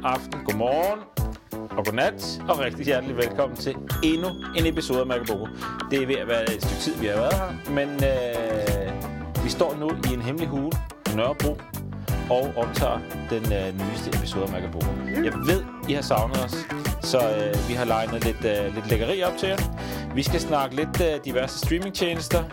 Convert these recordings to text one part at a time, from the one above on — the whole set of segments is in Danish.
aften, godmorgen og godnat, og rigtig hjertelig velkommen til endnu en episode af Macaboko. Det er ved at være et stykke tid, vi har været her, men vi står nu i en hemmelig hule på Nørrebro og optager den nyeste episode af Macaboko. Jeg ved, I har savnet os, så vi har legnet lidt lækkeri op til jer. Vi skal snakke lidt diverse streamingtjenester,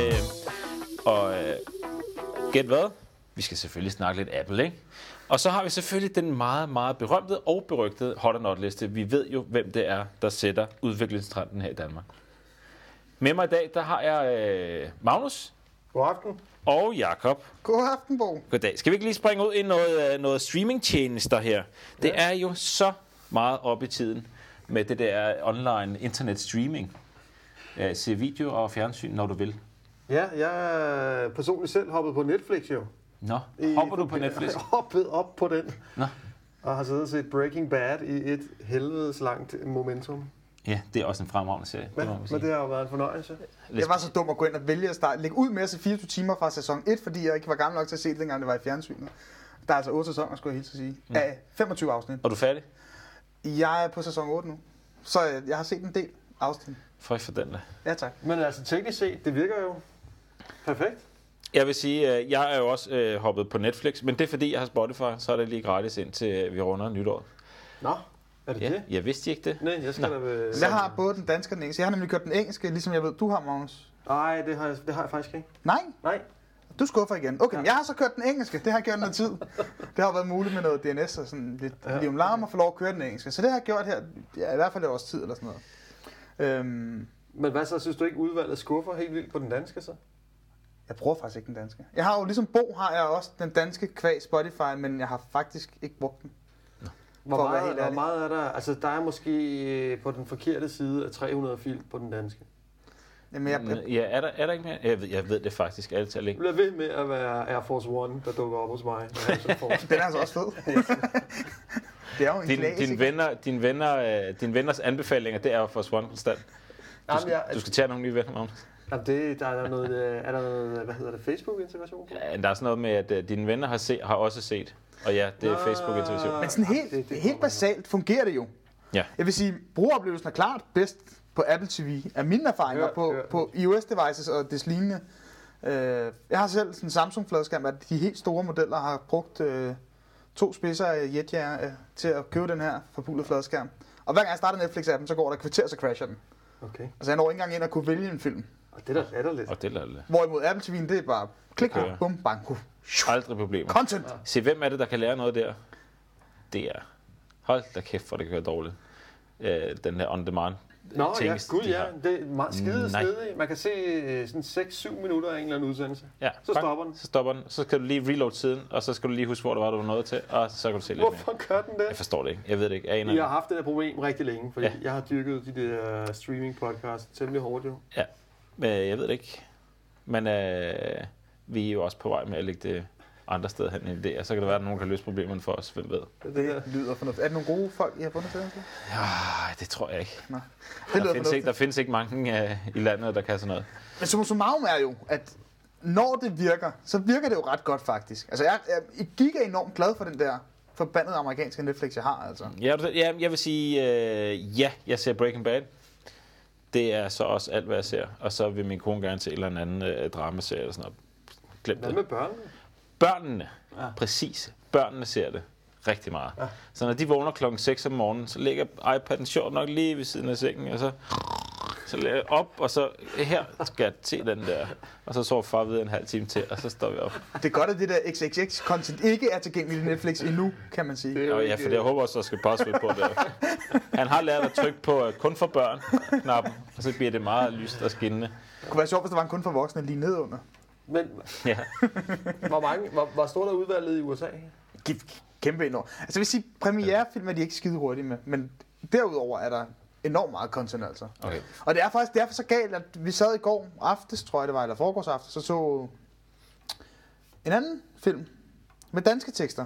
og gæt hvad? Vi skal selvfølgelig snakke lidt Apple, ikke? Og så har vi selvfølgelig den meget, meget berømte og berygtede hot or not liste. Vi ved jo, hvem det er, der sætter udviklingstrenden her i Danmark. Med mig i dag, der har jeg Magnus. God aften. Og Jakob. God aften, Bo. Goddag. Skal vi ikke lige springe ud i noget streamingtjenester her? Det er jo så meget op i tiden med det der online internet streaming. Se video og fjernsyn, når du vil. Ja, jeg er personligt selv hoppet på Netflix jo. Nå, hopper du på Netflix? Jeg har hoppet op på den. Nå. Og har siddet og set Breaking Bad i et helvedes langt momentum. Ja, det er også en fremragende serie. Ja, men det har jo været en fornøjelse. Jeg var så dum at gå ind og vælge at lægge ud med at se 24 timer fra sæson 1, fordi jeg ikke var gammel nok til at se det, dengang det var i fjernsynet. Der er altså 8 sæsoner, skulle jeg helt sige. Af 25 afsnit. Og du er færdig? Jeg er på sæson 8 nu. Så jeg har set en del afsnit. Frygt for den der. Ja, tak. Men altså teknisk set, det virker jo perfekt. Jeg vil sige, at jeg er jo også hoppet på Netflix, men det er fordi, jeg har Spotify, så er det lige gratis indtil vi runder nytåret. Nå, er det det? Jeg vidste ikke det. Nej, jeg skal da ved... Jeg har både den danske og den engelske. Jeg har nemlig kørt den engelske, ligesom jeg ved, du har, Magnus. Nej, det har jeg faktisk ikke. Nej? Nej. Du skuffer igen. Okay, men jeg har så kørt den engelske. Det har jeg gjort noget tid. Det har været muligt med noget DNS og sådan lidt liv larm at få lov at køre den engelske. Så det har jeg gjort her, ja, i hvert fald et års tid eller sådan noget. Men hvad så, synes du ikke udvalget skuffer helt vildt på den danske så? Jeg bruger faktisk ikke den danske. Jeg har jo ligesom Bo, har jeg også den danske kvæg Spotify, men jeg har faktisk ikke brugt den. Hvor meget er der? Altså, der er måske på den forkerte side af 300 fil på den danske. Jamen, Ja, er der ikke mere? Jeg ved det faktisk altid ikke. Det bliver ved med at være Air Force One, der dukker op hos mig. Den er altså også fed. Det er jo en Din venners anbefalinger, det er jo for One konstant. Du skal tage nogle nye venner, Magnus. Jamen er der noget, hvad hedder det, Facebook-integration? Ja, der er sådan noget med, at dine venner har også set. Og ja, det er Facebook-integration. Men sådan helt basalt fungerer det jo. Ja. Jeg vil sige, brugeroplevelsen er klart bedst på Apple TV, af mine erfaringer på iOS-devices og des lignende. Jeg har selv sådan en Samsung-fladskærm, at de helt store modeller har brugt 2 spidser af Jetjager til at købe den her forpulede fladskærm. Og hver gang jeg starter Netflix-appen, så går der kvarter, så crasher den. Okay. Altså jeg når ikke engang ind og kunne vælge en film. Og det er da latterligt. Og det er latterligt. Hvorimod Apple TV'en, det er bare klik, bum, bang, Aldrig problemer. content. Se, hvem er det, der kan lære noget der? Det er... Hold da kæft, for det kører dårligt. Den her on-demand. Nå, tingest, ja, gud ja. Det er meget skide snedigt. Man kan se sådan 6-7 minutter af en eller anden udsendelse. Ja, så stopper den. Så stopper den. Så skal du lige reload siden, og så skal du lige huske, hvor det var, du var nået til, og så kan du se lidt mere. Hvorfor gør den det? Jeg forstår det ikke. Jeg ved det ikke. Jeg har haft det her problem rigtig længe, fordi jeg har dyrket de der streaming-podcasts temmelig hårdt jo. Ja, men jeg ved det ikke. Men vi er jo også på vej med at lægge det andre steder hen end det, og så kan det være, at nogen kan løse problemerne for os, hvem ved. Det lyder fornuftigt. Er det nogle gode folk, I har fundet til? Ja, det tror jeg ikke. Nå. Der findes ikke mange i landet, der kan sådan noget. Men summa summarum er jo, at når det virker, så virker det jo ret godt faktisk. Altså jeg gik enormt glad for den der forbandede amerikanske Netflix, jeg har altså. Ja, jeg vil sige, jeg ser Breaking Bad. Det er så også alt, hvad jeg ser. Og så vil min kone gerne se en eller anden dramaserie eller sådan noget. Glem det. Hvad med børnene? Børnene, præcis. Børnene ser det rigtig meget. Ja. Så når de vågner klokken 6 om morgenen, så ligger iPad'en sjovt nok lige ved siden af sengen, og så lægger jeg op, og så her skal jeg se den der. Og så sover far ved en halv time til, og så står vi op. Det er godt, at det der XXX-content ikke er tilgængeligt i Netflix endnu, kan man sige. Ja, for jeg håber også, at jeg skal password på det. Han har lært at trykke på kun for børn-knappen, og så bliver det meget lyst og skinnende. Det kunne være sjovt, hvis der var en kun for voksne lige nedunder. Men ja. hvor stort er udvalget i USA? Kæmpe enormt. Altså jeg vil sige, premierefilm er de ikke skide hurtige med, men derudover er der enormt meget content altså. Okay. Og det er faktisk derfor så galt, at vi sad i går aftes, tror jeg det var, eller foregårs aftes, så en anden film med danske tekster.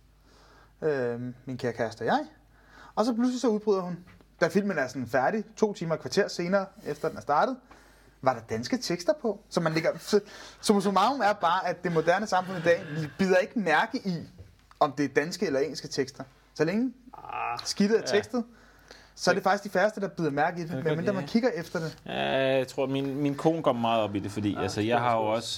Min kære kæreste og jeg. Og så pludselig så udbryder hun, da filmen er sådan færdig, 2 timer og kvarter senere, efter den er startet, var der danske tekster på. Så man ligger... Summa summarum er bare, at det moderne samfund i dag bider ikke mærke i, om det er danske eller engelske tekster. Så længe skidtet er tekstet, så er det faktisk de færreste, der bider mærke i det, medmindre man kigger efter det. Ja, jeg tror, min kone går meget op i det, fordi jeg har jo også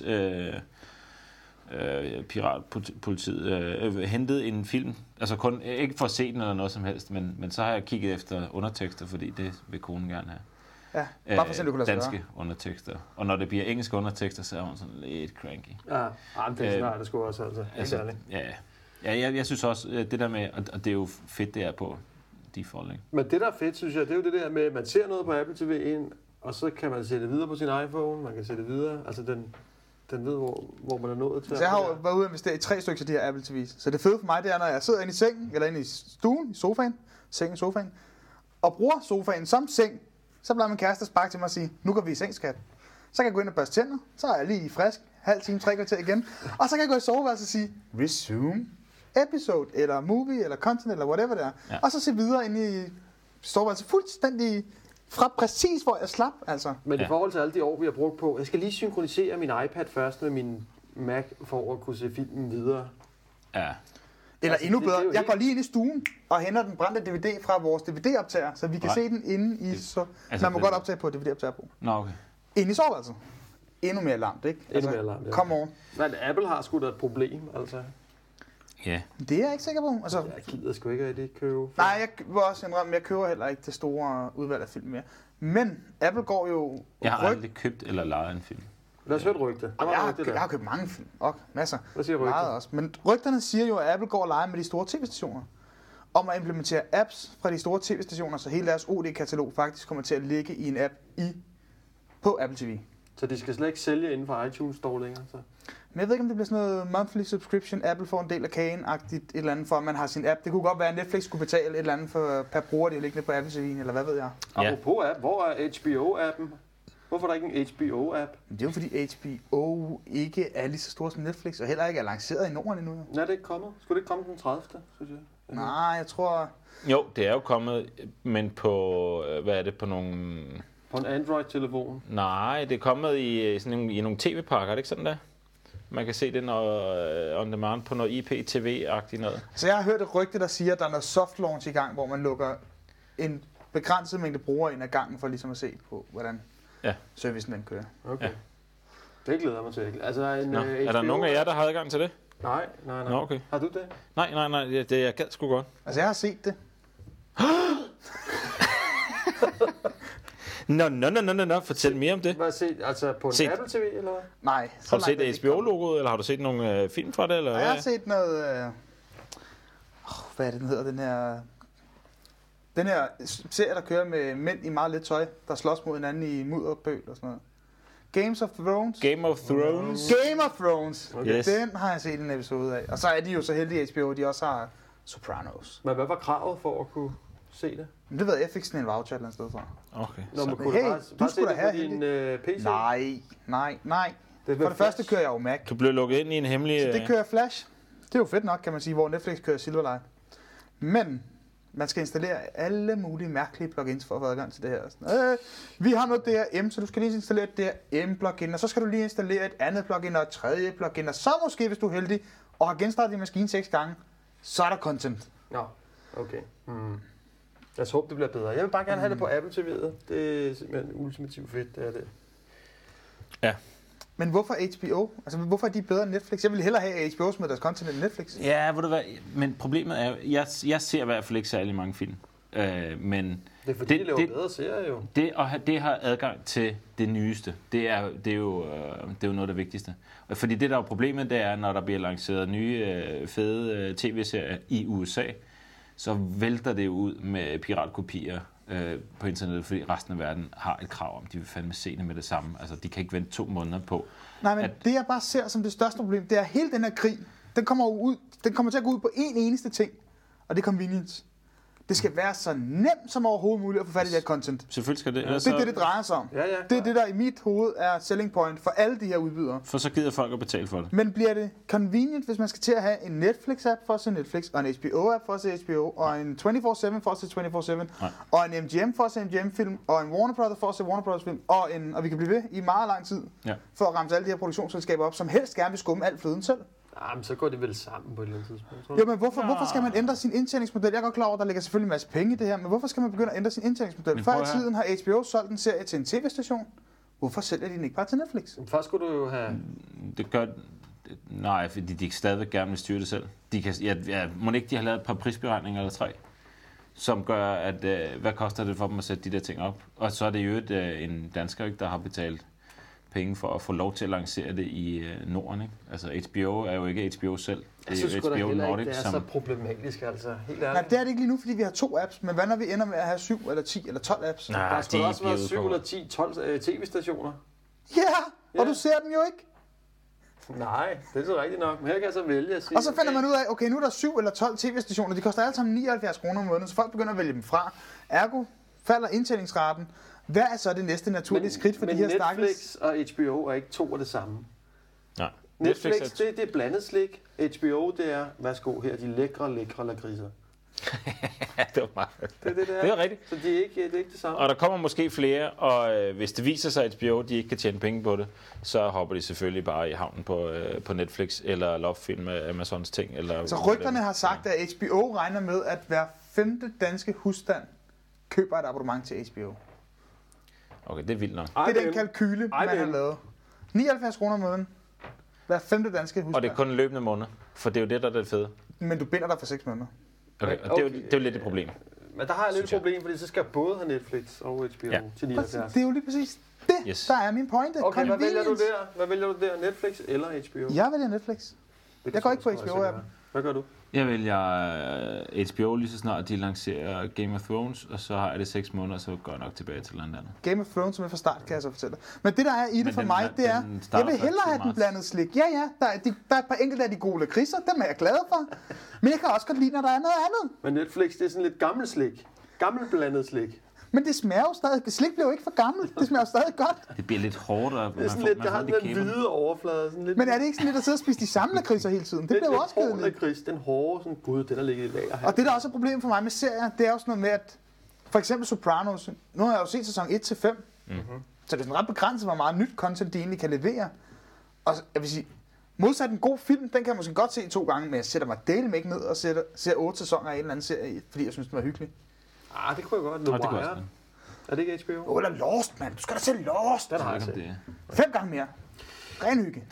Piratpolitiet hentet en film, altså kun ikke for at se den eller noget som helst, men så har jeg kigget efter undertekster, fordi det vil konen gerne have. Ja, bare for at du kunne lade danske undertekster. Og når det bliver engelske undertekster, så er hun sådan lidt cranky. Ja, det er snart, det skulle også altså. Jeg synes også, det der med, og det er jo fedt, det er på default, ikke? Men det der er fedt, synes jeg, det er jo det der med, at man ser noget på Apple TV'en, og så kan man sætte det videre på sin iPhone, man kan sætte det videre, altså den ved, hvor man er nået til. Så jeg har jo været ude og investere i 3 stykker af de her Apple TV's. Så det fede for mig, det er, når jeg sidder inde i sengen, eller inde i stuen, i sofaen, og bruger sofaen som seng, så bliver min kæreste sparke til mig og sige, nu går vi i seng, skat. Så kan jeg gå ind og børste tænder, så er jeg lige frisk, halv time, 3 kvarter igen, og så kan jeg gå i soveværelset og sige, resume episode, eller movie, eller content, eller whatever det er. Ja. Og så se videre ind i soveværelset fuldstændig fra præcis, hvor jeg slap, altså. Men i forhold til alle de år, vi har brugt på, jeg skal lige synkronisere min iPad først med min Mac, for at kunne se filmen videre. Ja. Eller altså, endnu bedre, jeg går lige ind i stuen og henter den brændte DVD fra vores DVD-optager, så vi kan se den inde i... man må godt optage på DVD-optager på. Nå, okay. Inde i soveværelset. Endnu mere larmt, ikke? Endnu mere larmt, ja. Come on. Men Apple har sgu da et problem, altså. Ja. Det er jeg ikke sikker på. Altså, jeg gider sgu ikke rigtig købe. Nej, jeg vil også indrømme, jeg køber heller ikke det store udvalg af film mere. Men Apple går jo... Jeg har aldrig købt eller lejet en film. Lad os høre et rygte. Jeg har købt mange film. Masser. Hvad siger rygte? Meget også. Men rygterne siger jo, at Apple går og leger med de store tv-stationer. Om at implementere apps fra de store tv-stationer, så hele deres OD-katalog faktisk kommer til at ligge i en app på Apple TV. Så de skal slet ikke sælge inden for iTunes Store længere? Så. Men jeg ved ikke, om det bliver sådan noget monthly subscription, Apple får en del af kagen-agtigt, et eller andet, for at man har sin app. Det kunne godt være, at Netflix skulle betale et eller andet per bruger, de har liggende på Apple TV'en, eller hvad ved jeg. Ja. Apropos app, hvor er HBO-appen? Hvorfor er der ikke en HBO-app? Det er jo fordi HBO ikke er lige så stor som Netflix, og heller ikke er lanceret i Norden endnu. Nej, det er ikke kommet. Skulle det ikke komme den 30. synes jeg? Nej, jeg tror... Jo, det er jo kommet, men på... Hvad er det? På nogle... På en Android-telefon? Nej, det er kommet i nogle tv-pakker, er det ikke sådan der? Man kan se det on demand på noget IPTV-agtigt noget. Så jeg har hørt et rygte, der siger, at der er noget soft launch i gang, hvor man lukker en begrænset mængde brugere ind ad gangen, for ligesom at se på, hvordan servicen den kører. Okay. Ja. Det glæder mig til. Altså, er der nogen af jer, der har adgang til det? Nej. Nå, okay. Har du det? Nej, det jeg gad sgu godt. Altså, jeg har set det. Nå. Fortæl mere om det. Hvad har set? Altså på en Apple TV, eller hvad? Nej. Har du set HBO-logoet, eller har du set nogle film fra det? Eller jeg har set noget... hvad er det, den hedder? Den her serie, der kører med mænd i meget lidt tøj, der slås mod hinanden i mudderpøl og sådan noget. Game of Thrones. Okay. Yes. Den har jeg set en episode af. Og så er de jo så heldige i HBO, de også har Sopranos. Men hvad var kravet for at kunne se det? Men det ved jeg fik sådan en voucher et eller andet sted fra. Okay. Nå, men kunne du se det på din PC? Nej. For det første kører jeg jo Mac. Du bliver lukket ind i en hemmelig... Så det kører Flash. Det er jo fedt nok, kan man sige, hvor Netflix kører Silverlight. Men man skal installere alle mulige mærkelige plugins for at få adgang til det her. Vi har noget DRM, så du skal lige installere et DRM-plugin, og så skal du lige installere et andet plugin og et tredje plugin, og så måske, hvis du er heldig og har genstartet din maskine 6 gange, så er der content. Nå, okay. Jeg håber, det bliver bedre. Jeg vil bare gerne have det på Apple TV'et. Det er simpelthen ultimativt fedt, det er det. Ja. Men hvorfor HBO? Altså, hvorfor er de bedre end Netflix? Jeg vil hellere have HBO med deres content end Netflix. Ja, ved du hvad? Men problemet er, jeg ser i hvert fald ikke særlig mange film. Men det er fordi, de laver bedre serier jo. Det har adgang til det nyeste. Det er jo noget af det vigtigste. Fordi det, der er problemet, det er, når der bliver lanceret nye, fede tv-serier i USA, så vælter det ud med piratkopier på internettet, fordi resten af verden har et krav om, de vil fandme se det med det samme. Altså, de kan ikke vente 2 måneder på. Nej, men det jeg bare ser som det største problem, det er hele den her krig, den kommer til at gå ud på en eneste ting, og det er convenience. Det skal være så nemt som overhovedet muligt at få fat i det her content. Selvfølgelig skal det. Ja, det er det drejer sig om. Ja, det er det, der i mit hoved er selling point for alle de her udbydere. For så gider folk at betale for det. Men bliver det convenient, hvis man skal til at have en Netflix-app for at se Netflix, og en HBO-app for at se HBO, og en 24/7 for at se 24/7, og en MGM for at se MGM-film, og en Warner Brothers for at se Warner Brothers-film, og vi kan blive ved i meget lang tid, for at ramse alle de her produktionsselskaber op, som helst gerne vil skumme alt fløden selv. Jamen, så går det vel sammen på et eller andet tidspunkt. Tror du? Jo, men hvorfor skal man ændre sin indtjeningsmodel? Jeg er godt klar over, at der ligger selvfølgelig en masse penge i det her, men hvorfor skal man begynde at ændre sin indtjeningsmodel? Før i tiden har HBO solgt en serie til en tv-station. Hvorfor sælger de den ikke bare til Netflix? Men først skulle du jo have... Det gør... Nej, fordi de stadigvæk gerne vil styre det selv. De kan, må ikke de har lavet et par prisberegninger eller 3, som gør, at hvad koster det for dem at sætte de der ting op? Og så er det jo en dansker, der har betalt penge for at få lov til at lancere det i Norden, ikke? Altså HBO er jo ikke HBO selv. Det er jo HBO Nordic, det er så problematisk, altså. Helt ærligt. Nej, det er det ikke lige nu, fordi vi har 2 apps. Men hvad når vi ender med at have 7 eller 10 eller 12 apps? Nej, der skulle også være 7 eller 10, 12 tv-stationer. Ja, og du ser dem jo ikke. Nej, det er så rigtigt nok. Men her kan jeg så vælge at sige... Og så finder man ud af, okay, nu er der 7 eller 12 tv-stationer. De koster alle sammen 79 kroner om måneden, så folk begynder at vælge dem fra. Ergo falder indtjeningsraten. Hvad er så det næste naturlige skridt for de her stakkels? Men Netflix og HBO er ikke 2 af det samme. Nej. Netflix, det er blandet slik. HBO, det er, værsgo her, de lækre lakridser. Det var meget. Det er rigtigt. Så det er ikke det samme. Og der kommer måske flere, og hvis det viser sig, at HBO de ikke kan tjene penge på det, så hopper de selvfølgelig bare i havnen på Netflix eller Lovefilm med Amazons ting. Eller så rygterne har sagt, at HBO regner med, at hver 5. danske husstand køber et abonnement til HBO. Okay, det er vildt nok. Det er den kalkyle, man har lavet. 79 kroner om måneden. Hver 5. danske husstand. Og det er kun en løbende måned, for det er jo det, der er det fede. Men du binder dig for 6 måneder. Okay, og det er jo lidt et problem. Men der har jeg lidt et problem, fordi så skal jeg både have Netflix og HBO til 79. Det er jo lige præcis det, der er min pointe. Okay, hvad vælger du der? Netflix eller HBO? Jeg vælger Netflix. Jeg går ikke på HBO-appen. Hvad gør du? Jeg vælger HBO lige så snart de lancerer Game of Thrones, og så har jeg det 6 måneder, så går jeg nok tilbage til landet. Game of Thrones som er fra start, kan jeg så fortælle. Men det der er i det for mig, det er, jeg vil hellere have den blandede slik. Ja, der er et par enkelte af de gode lakridser, dem er jeg glad for. Men jeg kan også godt lide, når der er noget andet. Men Netflix, det er sådan lidt gammel slik. Gammel blandet slik. Men det smager jo stadig. Slik bliver jo ikke for gammelt. Det smager jo stadig godt. Det bliver lidt hårdere. Det er sådan lidt, der har den hvide overflade. Sådan lidt. Men er det ikke sådan lidt at sidde og spise de samme lakridser hele tiden? Det bliver jo også kedeligt. Lakrids, den hårde, sådan gud, den er ligget i lager her. Og det der også er problem for mig med serier, det er også noget med, at for eksempel Sopranos, nu har jeg jo set sæson 1-5, så det er sådan ret begrænset, hvor meget nyt content de egentlig kan levere. Og jeg vil sige, modsat en god film, den kan jeg måske godt se 2 gange, men jeg sætter mig dele mig ikke ned og ser 8 sæsoner af en eller anden serie, fordi jeg synes, den var hyggelig. Det kunne jeg godt. The Wire. Er det ikke HBO? Eller Lost, mand. Du skal da se Lost. Den har jeg set. 5 gange mere. Ren hygge.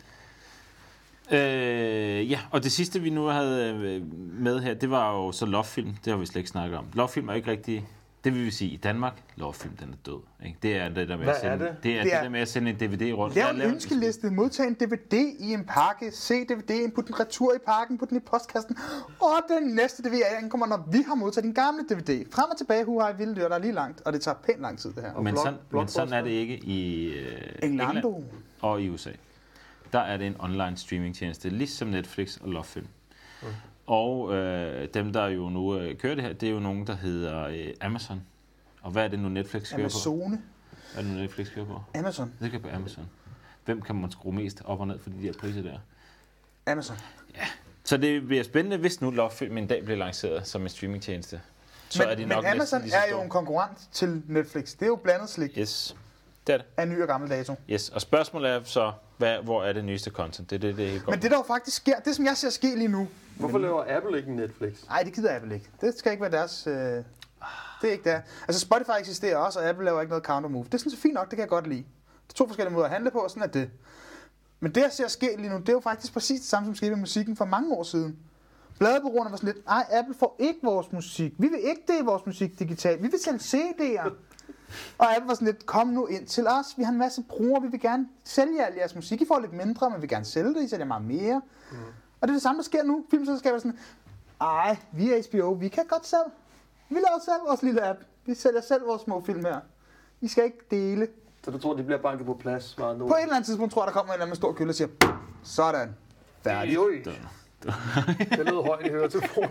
Ja, og det sidste, vi nu havde med her, det var jo så Lovefilm. Det har vi slet ikke snakket om. Lovefilm er ikke rigtig... Det vil vi sige, i Danmark, Lovefilm, den er død. Ikke? Det er det der med, det der med at sende en DVD rundt. Lav en ønskeliste, modtag en DVD i en pakke, se DVD'en, put den retur i pakken, put den i postkassen, og den næste DVD kommer, når vi har modtaget din gamle DVD. Frem og tilbage, huhej, vilde dyr, der er lige langt, og det tager pænt lang tid, det her. Men sådan er det ikke i England og i USA. Der er det en online streamingtjeneste, ligesom Netflix og Lovefilm. Og dem, der jo nu kører det her, det er jo nogen, der hedder Amazon. Og hvad er det nu Netflix kører på? Amazon. Hvad er det nu Netflix kører på? Amazon. Det kører på Amazon. Hvem kan man skrue mest op og ned for de der priser der? Amazon. Ja. Så det bliver spændende, hvis nu Lovefilm en dag bliver lanceret som en streamingtjeneste. Så er de nok men Amazon er jo en konkurrent til Netflix. Det er jo blandet slik. Yes. Det er det. Af ny og gammel dato. Yes. Og spørgsmålet er så, hvor er det nyeste content? Det går. Men det der jo faktisk sker, det som jeg ser ske lige nu. Hvorfor laver Apple ikke Netflix? Nej, det gider Apple ikke. Det skal ikke være deres... Det er ikke der. Altså Spotify eksisterer også, og Apple laver ikke noget counter move. Det er sådan så fint nok, det kan jeg godt lide. Det er 2 forskellige måder at handle på, og sådan er det. Men det jeg ser ske lige nu, det er jo faktisk præcis det samme som skete med musikken for mange år siden. Pladebureauerne var sådan lidt, nej, Apple får ikke vores musik. Vi vil ikke dele vores musik digitalt. Vi vil sælge CD'er. Og Apple var sådan lidt, kom nu ind til os. Vi har en masse brugere, vi vil gerne sælge al jeres musik. I får lidt mindre, men vi vil gerne sælge det. I sælger meget mere. Og det er det samme, der sker nu. Filmselskaber er sådan, ej, vi er HBO, vi kan godt selv. Vi laver selv vores lille app. Vi sælger selv vores små film her. I skal ikke dele. Så du tror, de bliver banket på plads? På et eller andet tidspunkt tror jeg, der kommer en eller anden stor kølle og siger, sådan, færdig. Det lød højt i høretelefonen.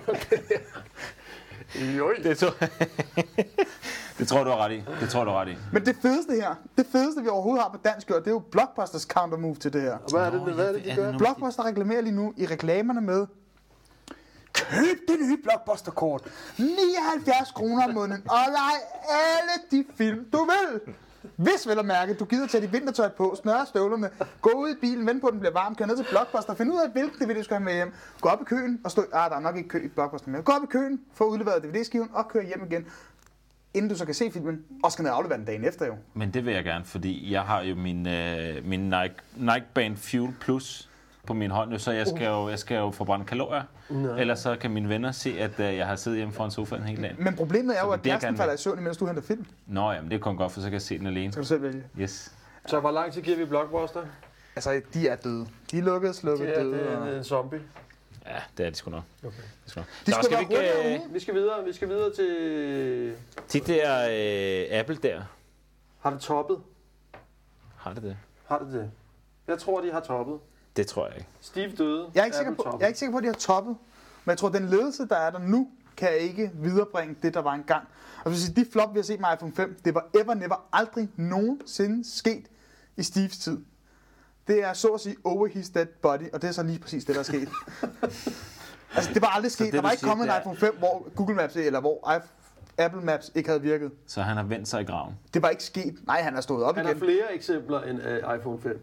Det tror du er ret i. Men det fedeste vi overhovedet har på dansk, det er jo Blockbusters counter move til det her. Og hvad er det, de gør? Blockbuster reklamerer lige nu i reklamerne med, køb det nye Blockbuster-kort. 79 kroner om måneden, og lege alle de film, du vil. Hvis vel at mærke, du gider tage dit vintertøj på, snøre støvlerne, gå ud i bilen, vente på, at den bliver varm, køre ned til Blockbuster, finde ud af, hvilken DVD du skal have med hjem, gå op i køen og stå... der er nok ikke kø i Blockbuster mere. Gå op i køen, få udleveret DVD-skiven og køre hjem igen, inden du så kan se filmen, og skal ned og aflevere den dagen efter jo. Men det vil jeg gerne, fordi jeg har jo min Nike Band Fuel Plus på min hånd nu, så jeg skal jo forbrænde kalorier. Ellers så kan mine venner se, at jeg har siddet hjemme foran sofaen hele dagen. Men problemet er jo, at kæresten falder i søvn, imens du henter film. Nå ja, men det kun godt, for så kan jeg se den alene. Så kan du selv vælge. Yes. Så hvor lang tid giver vi Blockbuster? Altså, de er døde. De er lukket, slukket, døde. Det er en zombie. Ja, det er det sgu nok. Okay. Vi skal videre til... De der Apple der. Har det toppet? Har det det? Har det det? Jeg tror, de har toppet. Det tror jeg ikke. Steve døde. Jeg er ikke sikker på, at de har toppet. Men jeg tror, at den ledelse, der er der nu, kan ikke viderebringe det, der var engang. Og hvis de flop, vi har set med iPhone 5, det var never aldrig nogensinde sket i Steves tid. Det er så at sige over his dead body, og det er så lige præcis det, der er sket. Altså, det var aldrig sket. Der var ikke kommet en iPhone 5, hvor Google Maps eller hvor Apple Maps ikke havde virket. Så han har vendt sig i graven? Det var ikke sket. Nej, han har stået op igen. Han har flere eksempler end iPhone 5.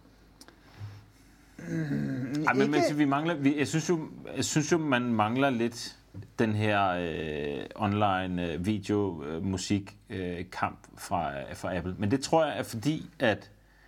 Men vi mangler, jeg synes jo, man mangler lidt den her online video musik kamp fra Apple. Men det tror jeg er fordi, at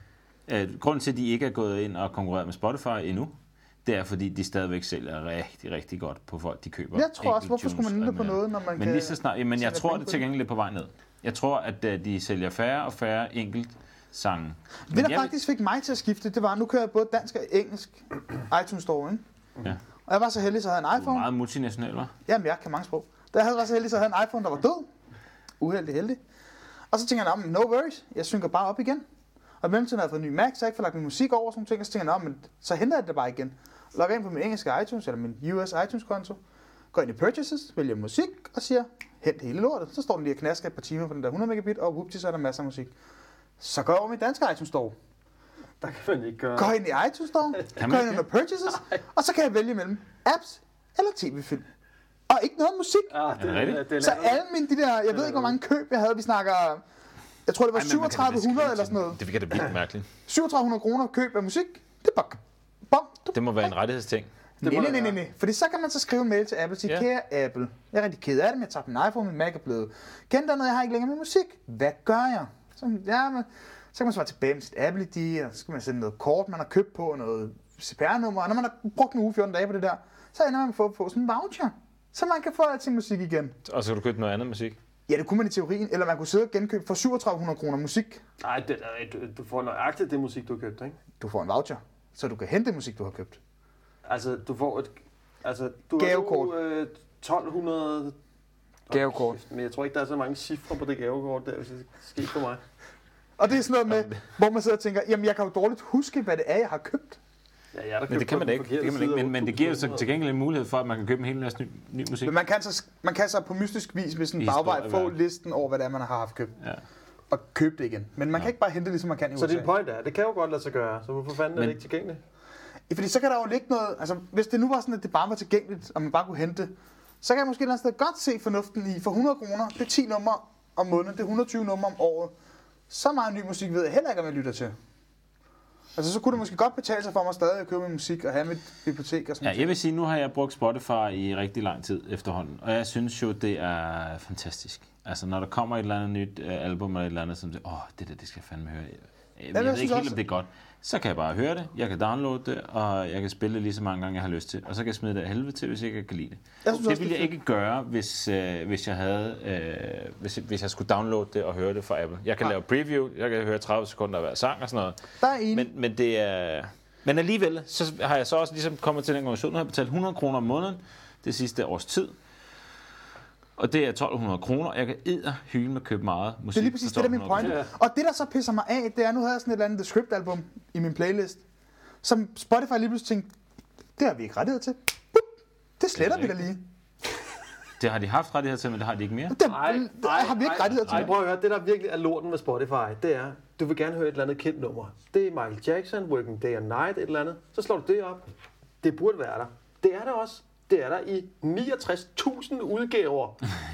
grunden til, at de ikke er gået ind og konkurreret med Spotify endnu, det er fordi, de stadigvæk sælger rigtig, rigtig godt på folk, de køber. Jeg tror også, hvorfor skulle man ændre på noget, når man men lige så snart, men jeg tror, det er til gengæld lidt på vej ned. Jeg tror, at de sælger færre og færre enkelt sange. Det, der faktisk fik mig til at skifte, det var, nu kører jeg både dansk og engelsk iTunes Store, ikke? Ja. Og jeg var så heldig, så jeg havde en iPhone. Du er meget multinational, hva'? Jamen, jeg kan mange sprog. Da jeg var så heldig, så havde jeg en iPhone, der var død. Uheldig. Og så tænker jeg, no worries, jeg synker bare op igen. Og i mellemtiden havde jeg fået en ny Mac, så jeg ikke får lagt min musik over og sådan nogle ting. Og så tænker jeg, men så henter jeg det bare igen. Logger ind på min engelske iTunes, eller min US iTunes-konto. Går ind i Purchases, vælger musik og siger, hent hele lortet. Så står den lige og knasker et par timer på den der 100 megabit, og whoopty, så er der masser af musik. Så går jeg over min danske iTunes Store. Der kan man ikke gøre. Går ind i iTunes Store, går ind under Purchases, og så kan jeg vælge mellem apps eller tv-film. Og ikke noget musik. Det så alle mine de der, jeg ved ikke hvor mange køb jeg havde, vi snakker, jeg tror det var 3700 eller sådan noget. Det virker da vildt mærkeligt. 3700 kroner køb af musik, det er bare, det må være en rettighedsting. Nej. Fordi så kan man så skrive en mail til Apple og sige, kære Apple, jeg er rigtig ked af det, men jeg tager min iPhone, min Mac er blevet kendt noget, jeg har ikke længere med musik. Hvad gør jeg? Så kan man svare tilbage med sit Apple ID, og så skal man sende noget kort, man har købt på, noget CPR-nummer, og når man har brugt en uge 14 dage på det der, så ender man med at få sådan en voucher, så man kan få alt sin musik igen. Og så kan du købe noget andet musik? Ja, det kunne man i teorien, eller man kunne sidde og genkøbe for 3700 kroner musik. Nej, du får nøjagtigt det musik, du har købt, ikke? Du får en voucher, så du kan hente det musik, du har købt. Altså, du får et... Altså, du gavekort. har 1200... Gavekort. Men jeg tror ikke, der er så mange cifre på det gavekort der, hvis det sker for mig. Og det er sådan noget med, hvor man sidder og tænker, jamen jeg kan jo dårligt huske, hvad det er, jeg har købt. Ja, men det kan man ikke. Men det giver jo så til gengæld en mulighed for, at man kan købe en hel masse ny musik. Men man kan så på mystisk vis med sådan en bagvej få listen over, hvad det er, man har haft købt. Ja. Og købe det igen. Men man kan ikke bare hente det, ligesom man kan i USA. Så din point er, det kan jo godt lade sig gøre. Så hvorfor fanden er det ikke tilgængeligt? Fordi så kan der jo ligge noget, altså hvis det nu var sådan, at det bare var tilgængeligt, og man bare kunne hente det, så kan jeg måske et eller andet sted godt se fornuften i, for 100 kroner, det er 10 numre om måneden, det er 120 numre om året. Så meget ny musik ved jeg heller ikke, om jeg lytter til. Altså så kunne det måske godt betale sig for mig stadig at købe min musik og have mit bibliotek og sådan noget. Ja, jeg vil sige, nu har jeg brugt Spotify i rigtig lang tid efterhånden, og jeg synes jo, det er fantastisk. Altså når der kommer et eller andet nyt album eller et eller andet, som det skal jeg fandme høre. Jeg ved ikke helt, om det er godt. Så kan jeg bare høre det, jeg kan downloade det, og jeg kan spille det lige så mange gange, jeg har lyst til. Og så kan jeg smide det af helvede til, hvis jeg ikke kan lide det. Det ville jeg ikke gøre, hvis jeg skulle downloade det og høre det fra Apple. Jeg kan lave preview, jeg kan høre 30 sekunder af hver sang og sådan noget. Men det er... Men alligevel, så har jeg så også ligesom kommet til den konklusion, nu har jeg betalt 100 kroner om måneden det sidste års tid. Og det er 1200 kroner. Jeg kan hyle med at købe meget musik. Det er lige præcis det, der er min point. Ja. Og det, der så pisser mig af, det er, nu havde jeg sådan et eller andet The Script-album i min playlist, som Spotify lige pludselig tænkte, det har vi ikke rettighed til. Det sletter vi da lige. Det har de haft rettighed til, men det har de ikke mere. Det har vi ikke rettighed til. Prøv at høre, det der virkelig er lorten med Spotify, det er, du vil gerne høre et eller andet kendt nummer. Det er Michael Jackson, Working Day and Night, et eller andet. Så slår du det op. Det burde være der. Det er der også. Det er der i 69.000 udgaver.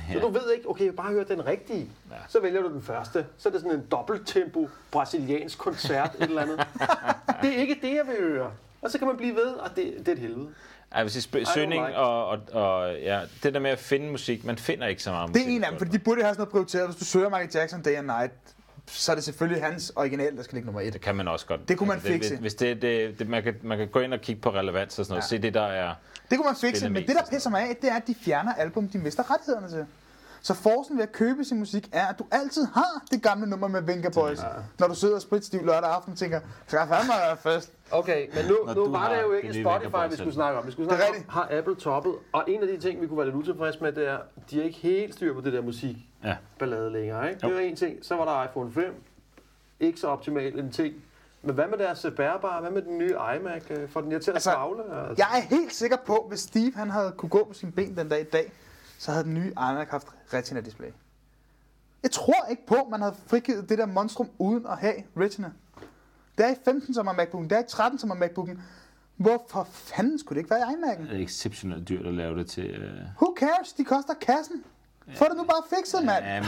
Så du ved ikke, okay, bare hør den rigtige. Ja. Så vælger du den første. Så er det sådan en dobbelttempo brasiliansk koncert, et eller andet. Det er ikke det, jeg vil høre. Og så kan man blive ved, og det er et helvede. Ja, hvis I søgning og ja, det der med at finde musik, man finder ikke så meget musik. Det er en af dem, fordi de burde have sådan noget prioriteret. Hvis du søger Michael Jackson Day and Night, så er det selvfølgelig hans original, der skal ligge nummer 1. Det kan man også godt. Det kunne man fikse. Hvis man kan gå ind og kigge på relevans og sådan noget, se det der er... Det kunne man fikse, men det der pisser mig af, det er, at de fjerner album, de mister rettighederne til. Så forsen ved at købe sin musik er, at du altid har det gamle nummer med Venga Boys. Ja. Når du sidder spritstiv lørdag aften og tænker, skal jeg fandme være fast? Okay, men nu var det jo ikke Spotify, vi skulle snakke om. Vi skulle snakke om, har Apple toppet? Og en af de ting, vi kunne være lidt utilfredse med, det er, de er ikke helt styr på det der musikballade længere. Ikke? Det var en ting. Så var der iPhone 5. Ikke så optimalt en ting. Men hvad med deres bærbare? Hvad med den nye iMac? For den irriterende tavle? Jeg er helt sikker på, hvis Steve han havde kunne gå på sine ben den dag i dag, så havde den nye iMac haft Retina-display. Jeg tror ikke på, at man havde frigivet det der monstrum uden at have Retina. Det er i 15, som er MacBook'en. Det er i 13, som er MacBook'en. Hvorfor fanden skulle det ikke være i iMac'en? Det er exceptionelt dyrt at lave det til... Who cares? De koster kassen. Få det nu bare fikset, mand. Ja,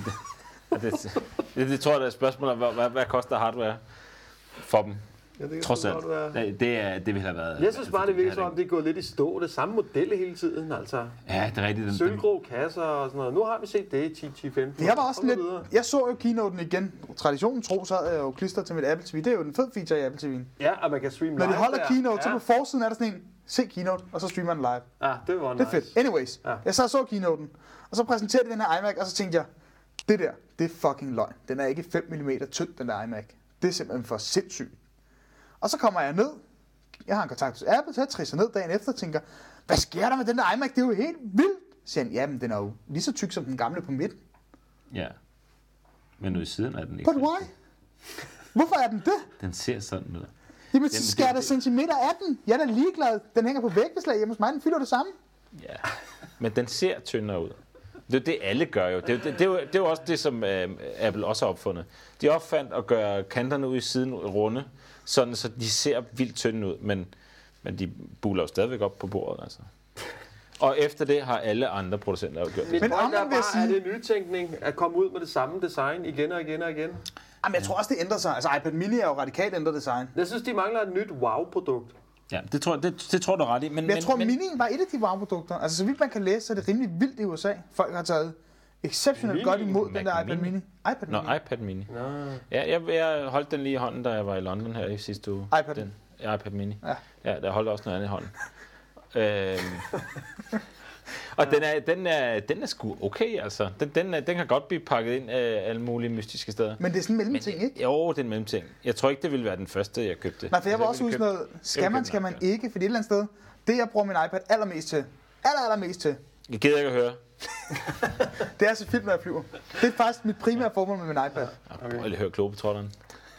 det tror jeg, der er et spørgsmål om, hvad koster hardware for dem. Ja, det trods alt. Det vil have været... Jeg synes bare, det virker som om, det er gået lidt i stå. Det samme model hele tiden, altså. Ja, det er rigtigt. Sølvgrå kasser og sådan noget. Nu har vi set det i 10-15. Jeg var også lidt... Jeg så jo keynoten igen. Traditionen tro, så havde jeg jo klister til mit Apple TV. Det er jo den fed feature i Apple TV'en. Ja, og man kan streame live. Når de holder keynote, så på forsiden er der sådan en, se keynote, og så streamer den live. Ja, det var nice. Det er fedt. Anyways, jeg så keynoten, og så præsenterede de den her iMac, og så tænkte jeg, det der, det er fucking løgn. Den er ikke 5 mm tynd, den der iMac. Det er simpelthen for sindssygt. Og så kommer jeg ned. Jeg har en kontakt hos Apple, så jeg trisser ned dagen efter og tænker, hvad sker der med den der iMac? Det er jo helt vildt. Så siger han, jamen den er jo lige så tyk som den gamle på midten. Ja. Men nu i siden er den ikke. But why? Hvorfor er den det? Den ser sådan ud. Jamen, så skærer der centimeter af den. Jeg er da ligeglad. Den hænger på vægbeslag hjemme hos mig. Den fylder det samme. Ja, men den ser tyndere ud. Det er det, alle gør jo. Det er jo også det, som Apple også har opfundet. De opfandt at gøre kanterne ud i siden runde, sådan så de ser vildt tynde ud, men de buler jo stadigvæk op på bordet, altså. Og efter det har alle andre producenter jo gjort det. Men er det nytænkning at komme ud med det samme design igen og igen og igen? Jamen, jeg tror også, det ændrer sig. Altså, iPad Mini er jo radikalt ændret design. Jeg synes, de mangler et nyt wow-produkt. Ja, det tror du ret i. Men jeg tror, Minien var et af de wow-produkter. Altså, så vidt man kan læse, så er det rimelig vildt i USA. Folk har taget exceptionelt godt imod den der iPad Mini. iPad Mini. Nå. Ja, jeg holdt den lige i hånden, da jeg var i London her i sidste uge. iPad Mini. Ja, der holdt også noget andet i hånden. Og den er sgu okay, altså. Den kan godt blive pakket ind af alle mulige mystiske steder. Men det er sådan en mellemting, ikke? Jo, det er en mellemting. Jeg tror ikke, det ville være den første, jeg købte. Nej, for jeg var også huske noget. Skal man ikke? For et eller andet sted. Det, jeg bruger min iPad allermest til. Allermest til. Jeg gider ikke at høre. Det er så film, når jeg flyver. Det er faktisk mit primære formål med min iPad. Okay. Eller høre Globetrotteren.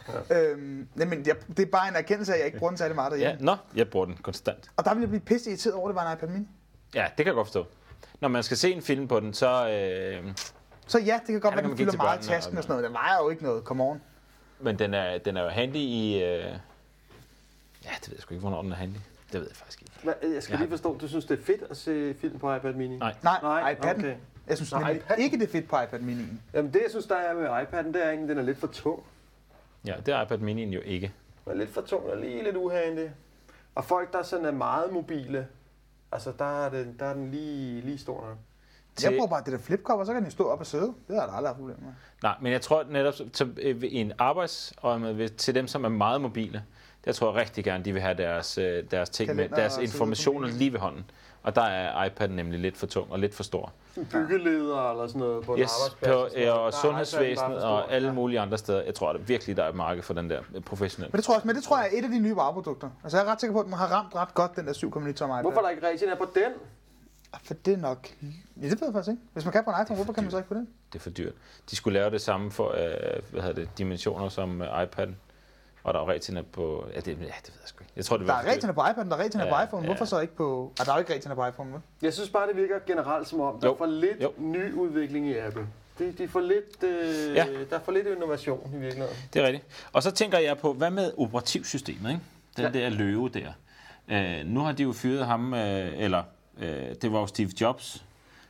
Men det er bare en erkendelse af, at jeg ikke bruger den særlig meget derhjemme. Ja, jeg bruger den konstant. Og der vil jeg blive pisse irriteret over, at det var en iPad Mini. Ja, det kan jeg godt forstå. Når man skal se en film på den, så ja, det kan godt være, den fylder meget i tasken og sådan noget. Den vejer jo ikke noget, come on. Men den er jo handy i... Ja, det ved jeg sgu ikke, hvornår den er handy. Det ved jeg faktisk ikke. Jeg skal lige forstå, du synes, det er fedt at se film på iPad Mini? Nej, iPad'en. Okay. Jeg synes ikke, det er fedt på iPad Mini. Jamen det, jeg synes, der er med iPad'en, det er egentlig, den er lidt for tung. Ja, det er iPad Mini'en jo ikke. Den er lidt for tung og lige lidt uhandig. Og folk, der sådan er meget mobile, altså der er den lige stor nok. Jeg bruger bare det der flipcover, så kan den stå op og sidde. Det har der aldrig haft problemer med. Nej, men jeg tror netop, i en arbejdsøjemed til dem, som er meget mobile, der tror jeg rigtig gerne, de vil have deres ting med, deres informationer lige ved hånden. Og der er iPad'en nemlig lidt for tung og lidt for stor. Byggeleder eller sådan noget på en arbejdsplads. Og sundhedsvæsenet og alle mulige andre steder. Jeg tror at virkelig, der er et marked for den der professionelle. Men det tror jeg er et af de nye vareprodukter. Altså jeg er ret sikker på, at man har ramt ret godt den der 7,9 tom iPad. Hvorfor er der ikke Retina på den? For det er nok... Ja, det ved jeg faktisk ikke. Hvis man kan på en iPhone, hvorfor kan man så ikke på den? Det er for dyrt. De skulle lave det samme for dimensioner som iPad'en. Og der er Retina på... Ja, det ved jeg sgu ikke. Jeg tror, det der er Retina på iPad'en, der er Retina på iPhone. Hvorfor så ikke på... der er jo ikke Retina på iPhone, vel? Jeg synes bare, det virker generelt som om, der er for lidt ny udvikling i Apple. De er for lidt, der er for lidt innovation i virkeligheden. Det er rigtigt. Og så tænker jeg på, hvad med operativsystemet, ikke? Den der løve der. Nu har de jo fyret ham, det var jo Steve Jobs,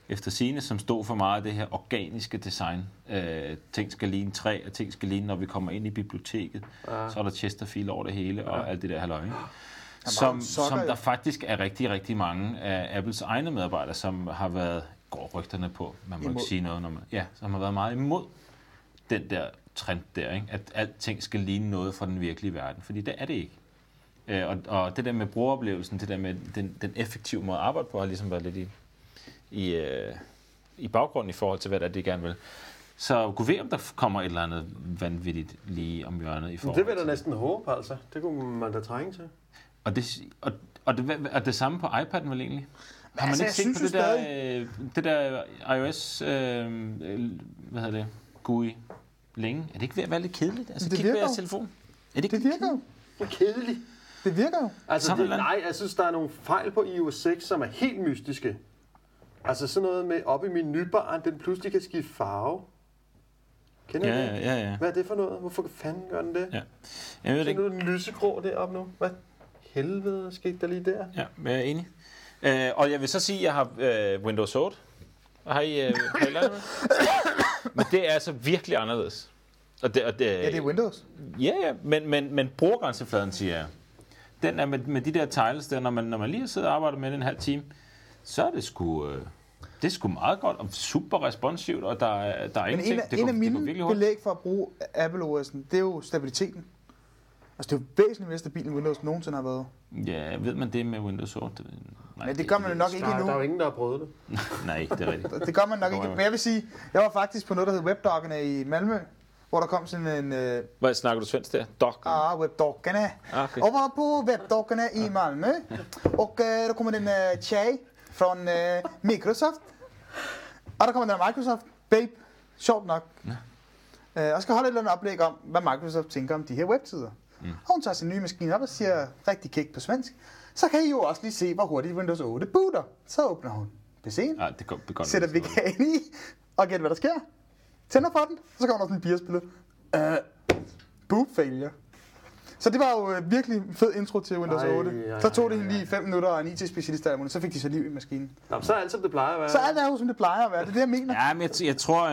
efter sigende, som stod for meget af det her organiske design. Ting skal ligne træ, og ting skal ligne, når vi kommer ind i biblioteket. Så er der Chesterfield over det hele, og alt det der halløj. Som der faktisk er rigtig, rigtig mange af Apples egne medarbejdere, som har været, går rygterne på, man må ikke sige noget, når man, som har været meget imod den der trend der, ikke? At alting skal ligne noget fra den virkelige verden, fordi det er det ikke. Og det der med brugeroplevelsen, det der med den effektive måde at arbejde på, har ligesom været lidt i baggrunden i forhold til, hvad der de gerne vil. Så kunne vi om der kommer et eller andet vanvittigt lige om hjørnet i forhold til. Det vil jeg da næsten håbe, altså. Det kunne man da trænge til. Og det samme på iPad'en vel egentlig? Har man ikke set på det der iOS, hvad hedder det, GUI længe? Er det ikke ved at være lidt kedeligt? Altså, det virker jo. Telefon. Det virker jo. Kedeligt. Det virker jo. Altså, jeg synes, der er nogle fejl på iOS 6, som er helt mystiske. Altså sådan noget med op i menubaren, den pludselig kan skifte farve. Kender du det? Ja. Hvad er det for noget? Hvorfor fanden gør den det? Ja. Jeg ved det ikke. Så nu er den lysegrå deroppe nu. Hvad helvede skete der lige der? Ja, jeg er enig. Og jeg vil så sige, at jeg har Windows 8. Har I lært det? Men det er altså virkelig anderledes. Det er Windows. Ja, men brugergrænsefladen, siger jeg. Den er med de der tiles der, når man lige har siddet og arbejdet med den en halv time, så er det sgu... Det er sgu meget godt og super responsivt, og der er ingenting. En af mine belæg for at bruge Apple OS'en, det er jo stabiliteten. Altså, det er jo væsentligt mere stabilt, end Windows nogensinde har været. Ja, ved man det med Windows 8? Nej, men det gør man jo nok ikke endnu. Der er jo ingen, der har prøvet det. Nej, det er rigtigt. Det gør man nok ikke. Men jeg vil sige, jeg var faktisk på noget, der hed Webdoggerne i Malmø, hvor der kom sådan en... Hvad snakker du svensk der? Doggerne? Webdoggerne. Okay. Og var på Webdoggerne i Malmø, og der kommer den tjej fra Microsoft. Og der kommer den Microsoft, babe, sjovt nok. Ja. Og skal holde et eller andet oplæg om, hvad Microsoft tænker om de her websider. Og hun tager sin nye maskine op og siger rigtig kægt på svensk. Så kan I jo også lige se, hvor hurtigt Windows 8 booter. Så åbner hun PC'en, ja, det går sætter VGA'en i, og gæt hvad der sker. Tænder for den, og så kommer der sådan en bierspillet. Boot failure. Så det var jo virkelig en fed intro til Windows 8. Så tog det lige 5 minutter og en IT-specialist der, så fik de så liv i maskinen. Nå, så er alt som det plejer at være. Så alt er jo som det plejer at være, det er det jeg mener. Ja, men jeg tror...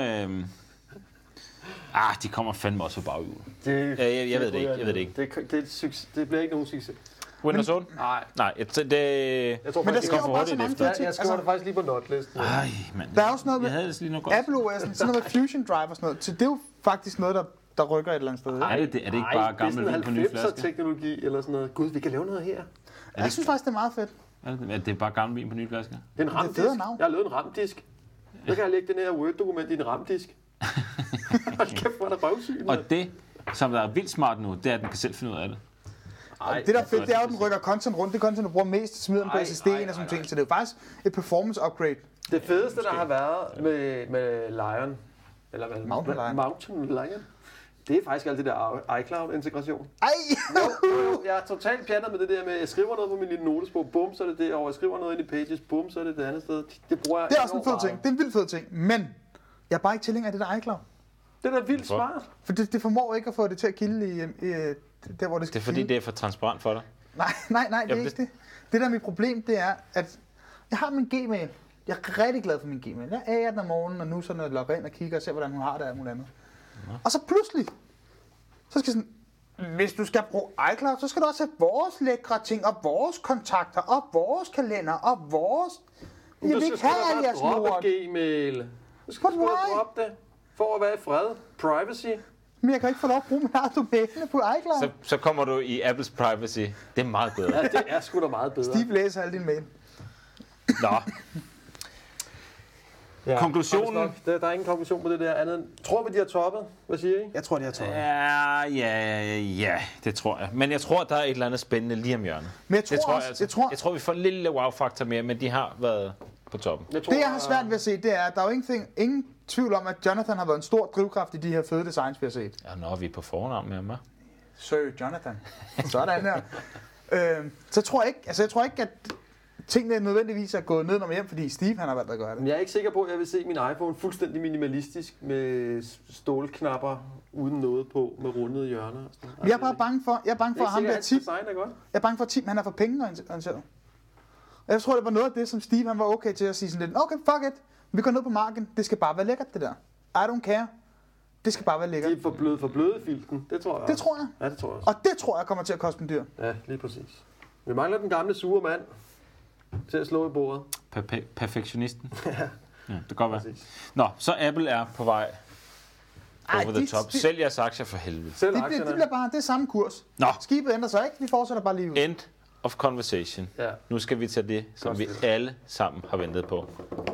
de kommer fandme også på baghjul. Jeg ved det ikke. Det bliver ikke nogen succes. Windows 8? Nej. Jeg tror men faktisk, det kommer for hurtigt efter. Jeg skriver det faktisk lige på notlisten. Ej, mand. Der er også noget med Apple OS'en, sådan noget med Fusion Drive og sådan noget. Så det er jo faktisk noget, der rykker et eller andet sted. Er det ikke bare gammel vin på nye flasker? Det er teknologi eller sådan noget. Gud, vi kan lave noget her. Jeg synes faktisk, det er meget fedt. Er det bare gammel vin på nye flasker? Det er en ramdisk. Jeg har lavet en ramdisk. Så kan jeg lægge den her Word-dokument i en ramdisk. Hold kæft, hvor er der røvsyn. Og det, som der er vildt smart nu, det er, at den kan selv finde ud af det. Det der er fedt, det er jo, at den rykker content rundt. Det content, du bruger mest, smider den på SSD'en og sådan ting. Så det er jo faktisk et performance upgrade. Det fedeste, der har været med Lion, eller hvad? Mountain Lion. Det er faktisk alt det der iCloud-integration. Jeg er totalt pjattet med det der med, at jeg skriver noget på min lille notesbog, bum, så er det det, og jeg skriver noget ind i Pages, bum, så er det det andet sted. Det bruger jeg. Det er også en fed ting. Det er en vild fed ting. Men jeg er bare ikke tilhænger af det der iCloud. Det er da vildt smart. For det formår ikke at få det til at kilde i der, hvor det skal. Det er fordi, det er for transparent for dig? Nej, det er ikke det. Det der er mit problem, det er, at jeg har min Gmail. Jeg er rigtig glad for min Gmail. Jeg er den om morgenen, og nu så når jeg logger ind og kigger og ser, hvordan hun har det og alt andet. Og så pludselig, så skal sådan, hvis du skal bruge iCloud, så skal du også have vores lækre ting, og vores kontakter, og vores kalender, og vores... Jeg vil ikke have alle jeres lort. Gmail. Du skal droppe det, for at være i fred. Privacy. Men jeg kan ikke få lov at bruge min eget domæne på iCloud. Så kommer du i Apples privacy. Det er meget bedre. Ja, det er sgu da meget bedre. Steve læser alle dine mail. Nå. Ja, konklusionen? Der er ingen konklusion på det der andet. Tror vi, de har toppet? Hvad siger I? Jeg tror, de har toppet. Ja, det tror jeg. Men jeg tror, der er et eller andet spændende lige om hjørnet. Men jeg tror, vi får en lille wow-faktor mere, men de har været på toppen. Det, jeg har svært ved at se, det er, at der er jo ingen tvivl om, at Jonathan har været en stor drivkraft i de her fede designs, vi har set. Ja, når vi er på fornavn med ham, hva'? Sir Jonathan. Sådan der. Så jeg tror ikke, at tingene nødvendigvis er gået ned hjem, fordi Steve han har valgt at gøre det. Men jeg er ikke sikker på, at jeg vil se min iPhone fuldstændig minimalistisk med stålknapper uden noget på, med rundede hjørner. Jeg er bare bange for, at ham der Tim. Jeg er bange for, at Tim han er for penge orienteret. Jeg tror, det var noget af det, som Steve han var okay til at sige sådan lidt, okay, fuck it. Vi går ned på marken. Det skal bare være lækkert, det der. I don't care. Det skal bare være lækkert. Det er for bløde filten. Det tror jeg. Det tror jeg. Ja, det tror jeg også. Og det tror jeg kommer til at koste en dyr. Ja, lige præcis. Vi mangler den gamle sure mand til at slå i bordet. Perfektionisten. Ja, det kan godt være. Nå, så Apple er på vej over the top. Sælg jeres aktier for helvede. Det bliver bare det samme kurs. Nå. Skibet ændrer sig ikke. Vi fortsætter bare lige ud. End of conversation. Ja. Nu skal vi tage det, som vi alle sammen har ventet på.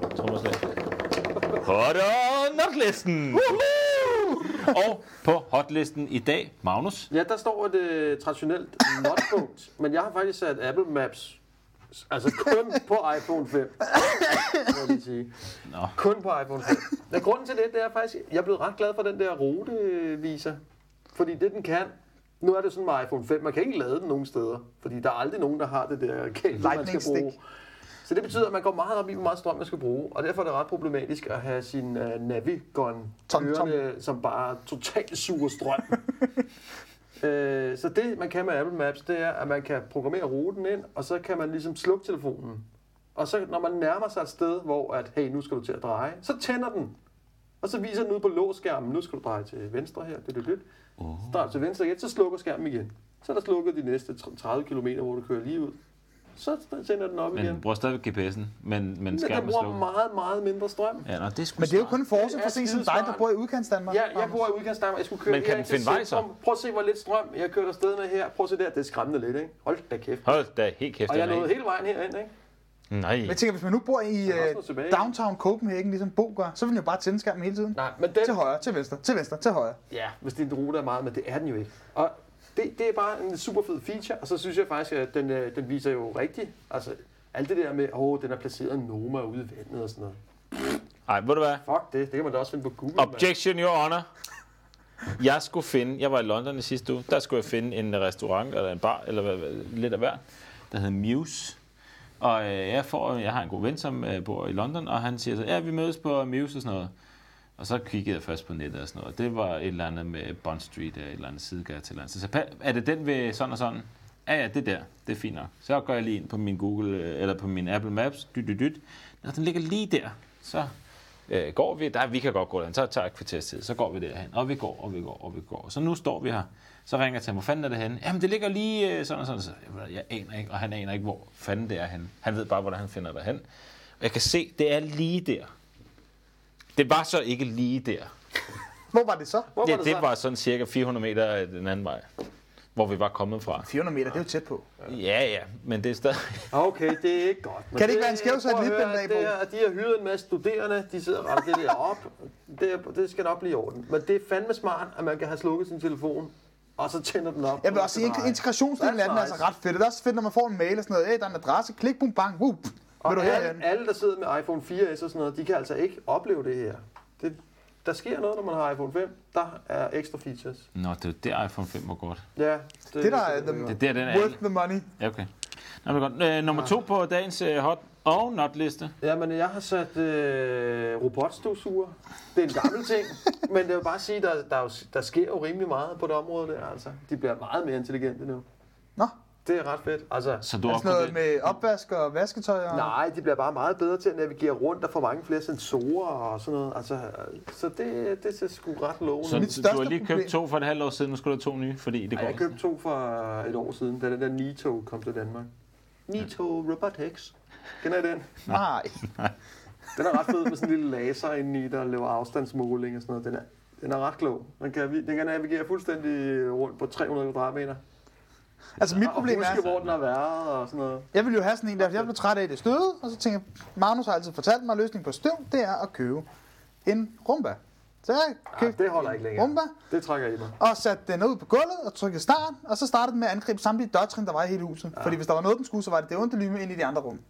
Hot or not-listen! Og på hotlisten i dag, Magnus. Ja, der står et traditionelt not-punkt. Men jeg har faktisk sat Apple Maps altså kun på iPhone 5. Må jeg lige sige. Nå. Kun på iPhone 5. Men grunden til det er faktisk, jeg er blevet ret glad for den der ruteviser. Fordi det den kan. Nu er det sådan med iPhone 5, man kan ikke lade den nogen steder. Fordi der er aldrig nogen, der har det der kabel, man skal bruge. Så det betyder, at man går meget op i, hvor meget strøm man skal bruge. Og derfor er det ret problematisk at have sin Navigon kørende, som bare totalt suger strøm. Så det, man kan med Apple Maps, det er, at man kan programmere ruten ind, og så kan man ligesom slukke telefonen. Og så når man nærmer sig et sted, hvor at, hey, nu skal du til at dreje, så tænder den. Og så viser den ud på låsskærmen, nu skal du dreje til venstre her, det. Så drejer du til venstre igen, så slukker skærmen igen. Så er der slukket de næste 30 km, hvor du kører lige ud. Så tænder den op igen. Men bruger stadig GPS'en, men skærmen slukker. Den bruger meget, meget mindre strøm. Ja, men det er jo kun for sådan som dig, der bor i udkantsdanmark. Ja, jeg bor i udkantsdanmark. Jeg skulle køre men kan den finde vej så? Prøv at se, hvor lidt strøm jeg kørte afsted med her. Prøv at se der, det er skræmmende lidt, ikke? Hold da kæft. Hold da helt kæft. Og jeg nåede hele vejen herind, ikke? Nej. Men jeg tænker, hvis man nu bor i downtown Copenhagen, ligesom Bo gør, så vil man jo bare tænde skærmen hele tiden. Nej, men den... Til højre, til venstre, til venstre, til højre. Ja, hvis din rute er meget, men det er den jo ikke. Og det er bare en super fed feature, og så synes jeg faktisk, at den viser jo rigtigt. Altså, alt det der med, den er placeret en Noma ude i vandet og sådan noget. Ej, ved du hvad? Fuck det kan man da også finde på Google. Objection, your honor. Jeg var i London i sidste uge, der skulle jeg finde en restaurant, eller en bar, eller lidt af hver, der hedder Muse. Og jeg har en god ven, som bor i London, og han siger så, ja, vi mødes på Muse og sådan noget. Og så kiggede jeg først på nettet og sådan noget. Det var et eller andet med Bond Street, et eller andet sidegade til et eller andet. Så er det den ved sådan og sådan? Ja, det der. Det er fint nok. Så går jeg lige ind på min Google, eller på min Apple Maps. Når den ligger lige der, så går vi. Vi kan godt gå derhen. Så tager jeg kvarterstid. Så går vi derhen. Og vi går. Så nu står vi her. Så ringer jeg til ham, hvor fanden er det henne? Jamen, det ligger lige sådan og sådan. Så jeg aner ikke, og han aner ikke, hvor fanden det er henne. Han ved bare, hvordan han finder det hen. Og jeg kan se, det er lige der. Det var så ikke lige der. Hvor var det så? Det var sådan cirka 400 meter den anden vej, hvor vi var kommet fra. 400 meter, det er jo tæt på. Ja, men det er stadig... Okay, det er ikke godt. Kan det ikke være en skæv satellit den dag, Bo? De har hyret en masse studerende, de sidder og retter det der op. Det skal nok blive i orden. Men det er fandme smart, at man kan have slukket sin telefon, og så tænder den op. Jeg vil også sige, integrationsdelen af den er altså ret fedt. Det er også fedt, når man får en mail og sådan noget. Der er en adresse, klik, bum, bang, whoop. Og alle, der sidder med iPhone 4S og sådan noget, de kan altså ikke opleve det her. Der sker noget, når man har iPhone 5. Der er ekstra features. Nå, det er der iPhone 5 var godt. Ja. Det der er den worth the money. Ja, okay. Nå, men godt. Nummer 2 på dagens hot og not liste. Ja, men jeg har sat robotstøvsuger. Det er en gammel ting, men det vil bare sige, der sker jo rimelig meget på det område der, altså. De bliver meget mere intelligente nu. Nå. Det er ret fedt. Altså, så du er noget med opvask og vasketøj? Og... Nej, de bliver bare meget bedre til at navigere rundt og få mange flere sensorer og sådan noget. Altså, så det ser sgu ret lovende. Så du har lige købt 2 for et halvt år siden, nu skulle du have 2 nye, fordi det går. Jeg købte 2 for et år siden, da den der Nito kom til Danmark. Nito Robotics. Kender I den? Nej. Den er ret fed med sådan en lille laser inde i, der laver afstandsmåling og sådan noget. Den er ret klog. Den kan navigere fuldstændig rundt på 300 kvadratmeter. Altså mit problem er, hvor den har været og sådan noget. Jeg vil jo have sådan en der, jeg blev træt af det støde, og så tænker jeg, Magnus har altid fortalt mig, at løsningen på støv, det er at købe en Roomba. Så jeg købte det holder ikke længere. Roomba, det trækker jeg i mig. Og satte den ud på gulvet og trykkede start, og så startede den med at angribe samtlige dørtrin, der var i hele huset. Ja. Fordi hvis der var noget, den skulle, så var det onde lyme ind i de andre rum.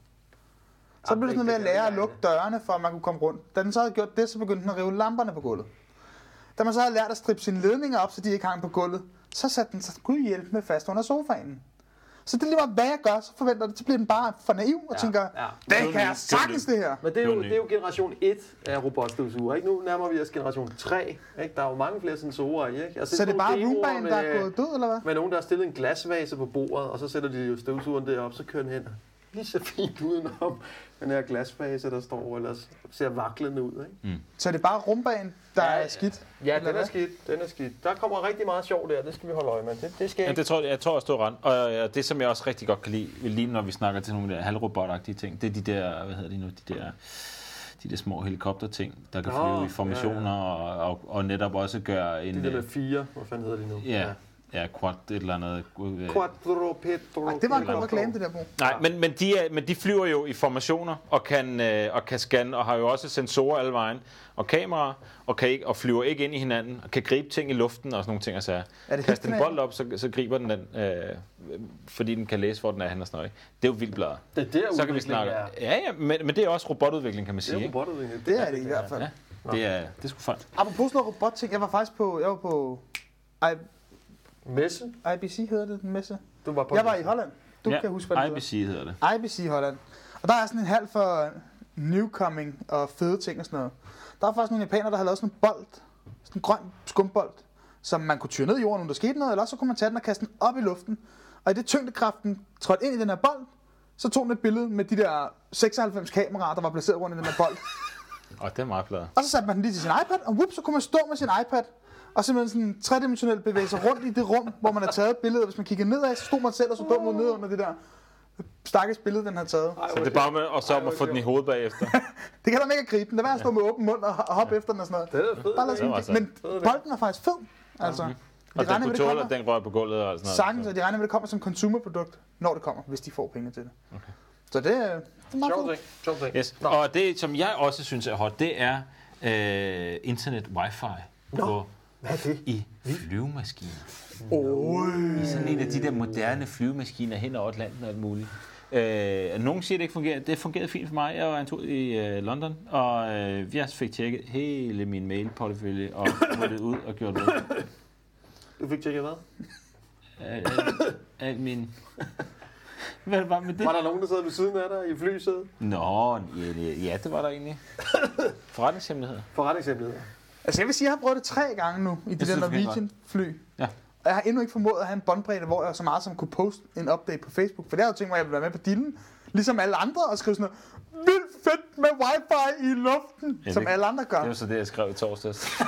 Så blev det sådan med at lære at lukke dørene, for at man kunne komme rundt. Da den så havde gjort det, så begyndte den at rive lamperne på gulvet. Da man så havde lært at strippe sine ledninger op, så de ikke hang på gulvet, så satte den sig Gud hjælp med fast under sofaen. Så det er lige meget, hvad jeg gør, så forventer det, så bliver den bare for naiv og tænker, det kan jeg sagtens det her. Men det er jo generation 1 af robotstøvsuger, ikke? Nu nærmer vi os generation 3, ikke? Der er jo mange flere sensorer i, ikke? Så det er bare Roombaen, der er gået død, eller hvad? Med nogen, der har stillet en glasvase på bordet, og så sætter de jo støvsugeren derop, så kører den hen. lige så fint udenom den her glasfase, der står, ellers ser vaklende ud, ikke? Så det er bare rumbanen, der er skidt? Ja, den er skidt. Der kommer rigtig meget sjov der, det skal vi holde øje med. Det skal jeg tror også, det er rent. Og det, som jeg også rigtig godt kan lide, lige når vi snakker til nogle af de halvrobotagtige ting, det er de der, hvad hedder de nu, de der små helikopterting, der kan flyve i formationer og netop også gøre en... De der 4, hvad fanden hedder de nu? Ja, quad et eller andet. Quadrupedro. Det var en god reklame, det der, Bo. Nej, men de flyver jo i formationer og kan scanne og har jo også sensorer alle vejen og kameraer og flyver ikke ind i hinanden og kan gribe ting i luften og sådan nogle ting og sager. Kaster en bold op, så griber den fordi den kan læse, hvor den er hen og sådan noget. Det er jo vildt bladet. Det er der så kan vi snakke. Ja, men det er også robotudvikling, kan man sige. Det er robotudvikling. Det er det i hvert fald. Ja, det er sgu fejl. Apropos noget robotting, jeg var på Messe? IBC hedder det, den messe. Jeg var i Holland. Du kan huske, hvad det IBC hedder det. IBC Holland. Og der er sådan en halv for newcoming og fede ting og sådan noget. Der er faktisk nogle japanere, der har lavet sådan en bold, sådan en grøn skumbold, som man kunne tyre ned i jorden, når der skete noget, eller så kunne man tage den og kaste den op i luften. Og i det tyngdekraften trådte ind i den her bold, så tog den et billede med de der 96 kameraer, der var placeret rundt i den her bold. Og det er meget flot. Og så satte man den lige til sin iPad, og whoop, så kunne man stå med sin iPad, og simpelthen sådan tredimensionelt bevæge sig rundt i det rum, hvor man har taget billedet. Hvis man kigger nedad, så stod man selv og så dum ned under det der stakkels billede, den har taget. Så det er bare med at få den i hovedet bagefter. Det kan da ikke gribe den. Det er værd at stå med åben mund og hoppe efter den og sådan noget. Det er fedt. Men bolden er faktisk fed. Altså. Og den kunne tåle, at den rører på gulvet og sådan noget. Sagtens, og de regner med, at det kommer som consumerprodukt, når det kommer, hvis de får penge til det. Okay. Så det er meget fedt. Yes. Og det, som jeg også synes er hot, det er internet wifi på i flyvemaskiner. I sådan en af de der moderne flyvemaskiner hen over Atlanten og alt muligt. Nogen siger, det ikke fungerer. Det fungerede fint for mig. Jeg var en tur i London, og jeg fik tjekket hele min mailportefølje og måtte ud og gjort noget. Du fik tjekket hvad? Alt min... Hvad var med det? Var der nogen, der sad ved siden af dig i flysædet? Nå, ja, det var der egentlig. Forretningshemmeligheder. Altså jeg vil sige, at jeg har prøvet det 3 gange nu i de der Norwegian-fly. Ja. Og jeg har endnu ikke formået at have en båndbredde, hvor jeg så meget som kunne poste en update på Facebook. For det har jeg jo tænkt mig, at jeg vil være med på dillen, ligesom alle andre, og skrive sådan noget vildt fedt med wifi i luften, ja, som alle andre gør. Det var så det, jeg skrev i torsdags.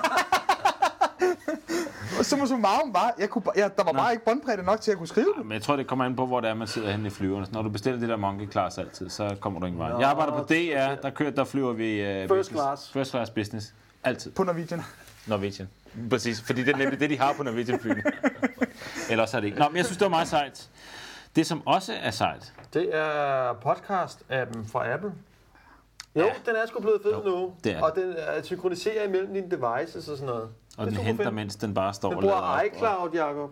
Og så meget var, der var bare ikke båndbredde nok til at kunne skrive det. Men jeg tror, det kommer an på, hvor det er, man sidder henne i flyverne. Når du bestiller det der Monkey Class altid, så kommer du ingen vej. Jeg arbejder på DR, der flyver vi first class business. Altid. På Norwegian. Præcis, fordi det er nemlig det, de har på Norwegian-flyene. Ellers er det ikke. Nå, men jeg synes, det var meget sejt. Det, som også er sejt... Det er podcast-appen fra Apple. Jo, den er sgu blevet fed nu. Og den synkroniserer imellem dine devices og sådan noget. Og den henter, mens den bare står og lader op. Den bruger iCloud, Jacob.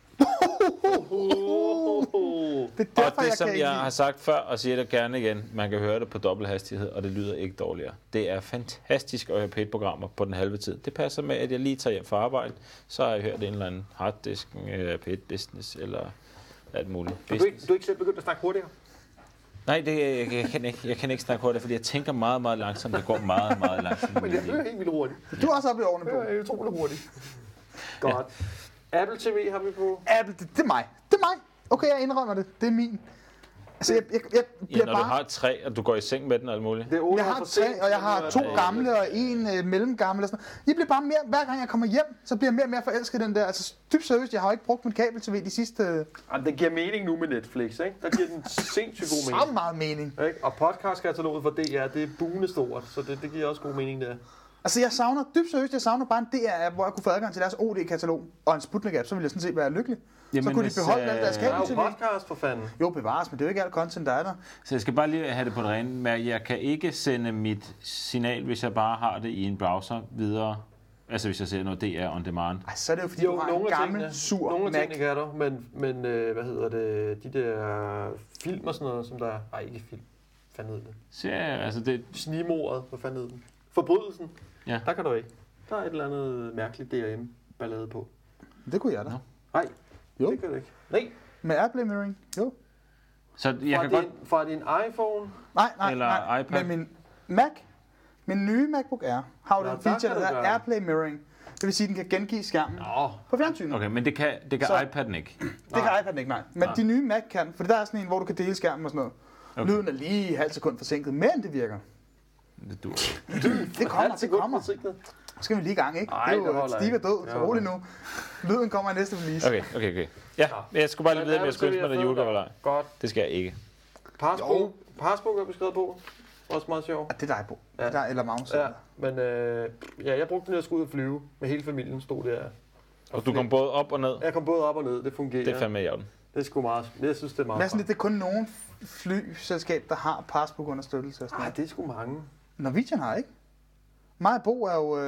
Det er derfor, og det, som jeg har sagt før, og siger det gerne igen, man kan høre det på dobbelt hastighed, og det lyder ikke dårligere. Det er fantastisk at høre P1-programmer på den halve tid. Det passer med, at jeg lige tager hjem fra arbejde, så har jeg hørt en eller anden harddisken, P1 Business, eller alt muligt. Du er ikke selv begyndt at snakke hurtigere? Nej, jeg kan ikke snakke hurtigt, fordi jeg tænker meget, meget langsomt. Det går meget, meget langsomt. Men jeg hører helt vildt hurtigt. Du er også oppe i årene på. Jeg er utroligt hurtigt. Godt. Apple TV har vi på. Apple, det er mig. Okay, jeg indrømmer det. Det er min. Altså, jeg bliver når du har 3, og du går i seng med den og alt muligt. Jeg har 3, og jeg har 2 gamle og en mellemgamle. Og sådan. Jeg bliver bare mere, hver gang jeg kommer hjem, så bliver jeg mere og mere forelsket i den der. Altså, dybt seriøst, jeg har jo ikke brugt min kabel-tv de sidste... Jamen, det giver mening nu med Netflix, ikke? Der giver den sindssygt god mening. Så meget mening. Ikke? Og podcastkataloget for DR, det er buende stort, så det giver også god mening der. Altså, jeg savner bare en DR-app, hvor jeg kunne få adgang til deres OD-katalog og en Sputnik-app, så ville jeg sådan set være lykkelig. Jamen, så kunne de beholde alt deres kabel-tv. Der er jo podcast for fanden. Jo, bevares, men det er jo ikke alt content, der er der. Så jeg skal bare lige have det på det rene med, at jeg kan ikke sende mit signal, hvis jeg bare har det i en browser videre. Altså hvis jeg ser noget DR on demand. Ej, så er det jo fordi, du har en gammel, sur Mac. Nogle af tingene kan du, men hvad hedder det, de der film og sådan noget, som der er... Ej, ikke film. Hvad fanden hed det? Ja, altså det... Snigmordet, hvad fanden hed den? Forbrydelsen. Ja. Der kan du ikke. Der er et eller andet mærkeligt DRM-ballade på. Det kunne jeg da. Nej, jo. Det kan du ikke. Nej. Med AirPlay mirroring? Jo. Så jeg kan godt... Fra din iPhone? Nej, iPad. Men min Mac, min nye MacBook Air, har jo den feature, der hedder AirPlay mirroring. Det vil sige, at den kan gengive skærmen på fjernsynet. Okay, men det kan iPad'en ikke? Det kan iPad'en ikke, nej. Men de nye Mac kan, for der er sådan en, hvor du kan dele skærmen og sådan noget. Okay. Lyden er lige halvt sekund forsinket, men det virker. Det kommer. Så skal vi lige i gang, ikke? Ej, det er jo Steve er død, så rolig nu. Lyden kommer i næste release. Okay. Ja, jeg skulle bare lige vide, om jeg skulle ønske mig noget julegave eller ej. Godt. Det skal jeg ikke. Passbook er beskrevet på. Også meget sjovt. Det er dig, Bo. Ja. Der, eller Magnus. Ja, men jeg brugte den der skud at flyve. Med hele familien stod der. Og du kom både op og ned? Jeg kom både op og ned, det fungerer. Det er fandme i orden. Det er sgu meget. Jeg synes, det er meget. Men det er kun nogen flyselskab, der har Passbook-understøttelse. Nej, det er sgu mange. Norwegian har ikke. Mig og Bo er jo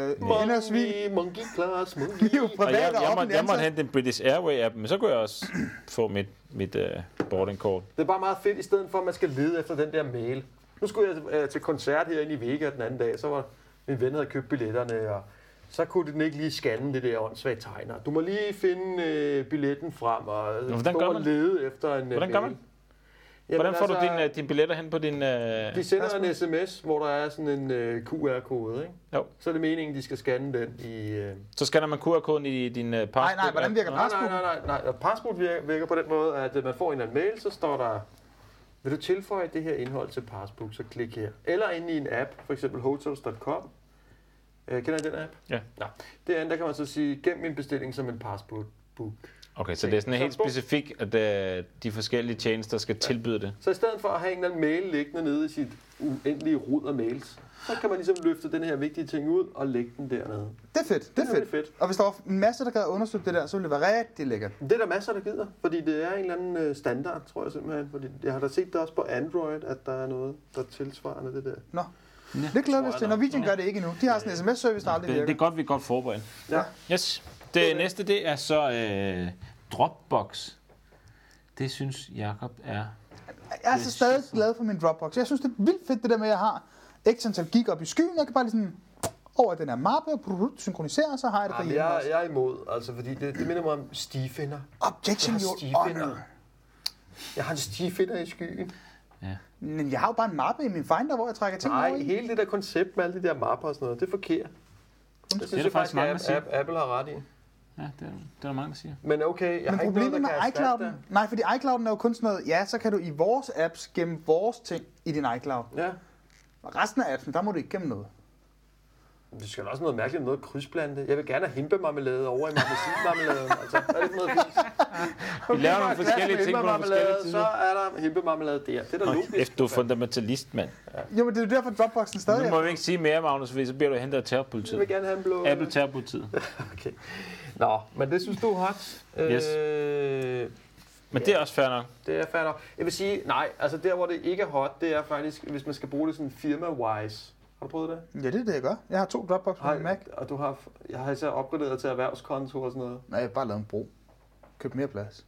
Monkey class, monkey. Jeg måtte hente en British Airways-app, men så kunne jeg også få mit boardingkort. Det er bare meget fedt, i stedet for at man skal lede efter den der mail. Nu skulle jeg til koncert herinde i Vega den anden dag, så var min ven havde købt billetterne, og så kunne den ikke lige scanne det der åndssvagt tegner. Du må lige finde billetten frem og stå og lede efter en Hvordan gør man? Hvordan får du dine billetter hen på din... De sender en sms, hvor der er sådan en QR-kode, ikke? Jo. Så er det meningen, de skal scanne den i... Så scanner man QR-koden i din Passbook? Nej, hvordan virker Passbook? Nej. Passbook virker på den måde, at man får en eller anden mail, så står der... Vil du tilføje det her indhold til Passbook, så klik her. Eller inde i en app, for eksempel hotels.com. Kender I den app? Ja. Nå. Det andet, der kan man så sige, gem min bestilling som en Passbook. Okay, så det er sådan helt specifikt, at de forskellige tjenester skal tilbyde det? Så i stedet for at have en eller anden mail liggende nede i sit uendelige rod af mails, så kan man ligesom løfte den her vigtige ting ud og lægge den dernede. Det er fedt, det er fedt. Og hvis der var masser, der gad understøtte det der, så ville det være rigtig lækkert. Det er der masser, der gider, fordi det er en eller anden standard, tror jeg simpelthen. Fordi jeg har da set det også på Android, at der er noget, der tilsvarende det der. Nå. Ja, det glæder vi os til. Norwegian gør det ikke endnu. De har sådan en sms-service, der aldrig virker. Det er godt, vi er godt forberedt. Ja. Yes. Det næste, det er så Dropbox. Det synes Jakob er... Jeg er så stadig glad for min Dropbox. Jeg synes, det er vildt fedt, det der med, at jeg har x antal gig op i skyen. Jeg kan bare lige sådan over den her mappe og synkronisere, så har jeg det derhjemme også. Jeg er imod, altså, fordi det minder mig om stifinder. Objection your honor. Jeg har en stifinder i skyen. Ja. Men jeg har jo bare en mappe i min Finder, hvor jeg trækker ting over i. Nej, hele det der koncept med alle de der mapper og sådan noget, det er forkert. Det synes jeg faktisk, at Apple har ret i. Ja, det er der mange, der siger. Men okay, jeg har ikke noget, der kan erstatte det. Nej, fordi iCloud'en er jo kun sådan noget, ja, så kan du i vores apps gemme vores ting i din iCloud. Ja. Og resten af appsen, der må du ikke gemme noget. Det skal også noget mærkeligt, noget krydsblande. Jeg vil gerne have himbemarmelade over i marmelademarmeladen. Altså, hvad er det for noget fint? Vi laver nogle forskellige ting på nogle forskellige tider. Så er der himbemarmelade der. Det er der logisk. Du er fundamentalist, mand. Ja. Jo, men det er jo derfor, Dropboxen stadig Nu må vi ikke sige mere, Magnus, fordi så bliver du hentet af terrorpolitiet. Jeg vil gerne have en blå... Apple terrorpolitiet. Okay. Nå, men det synes du er hot. Yes. Men det er også fair nok. Det er fair nok. Jeg vil sige, nej, altså der, hvor det ikke er hot, det er faktisk, hvis man skal bruge det sådan firma-wise. Har du prøvet det? Ja, det er det, jeg gør. Jeg har 2 Dropbox på min Mac. Og jeg har især opgraderet til erhvervskonto og sådan noget. Nej, jeg har bare lavet en bro. Købt mere plads.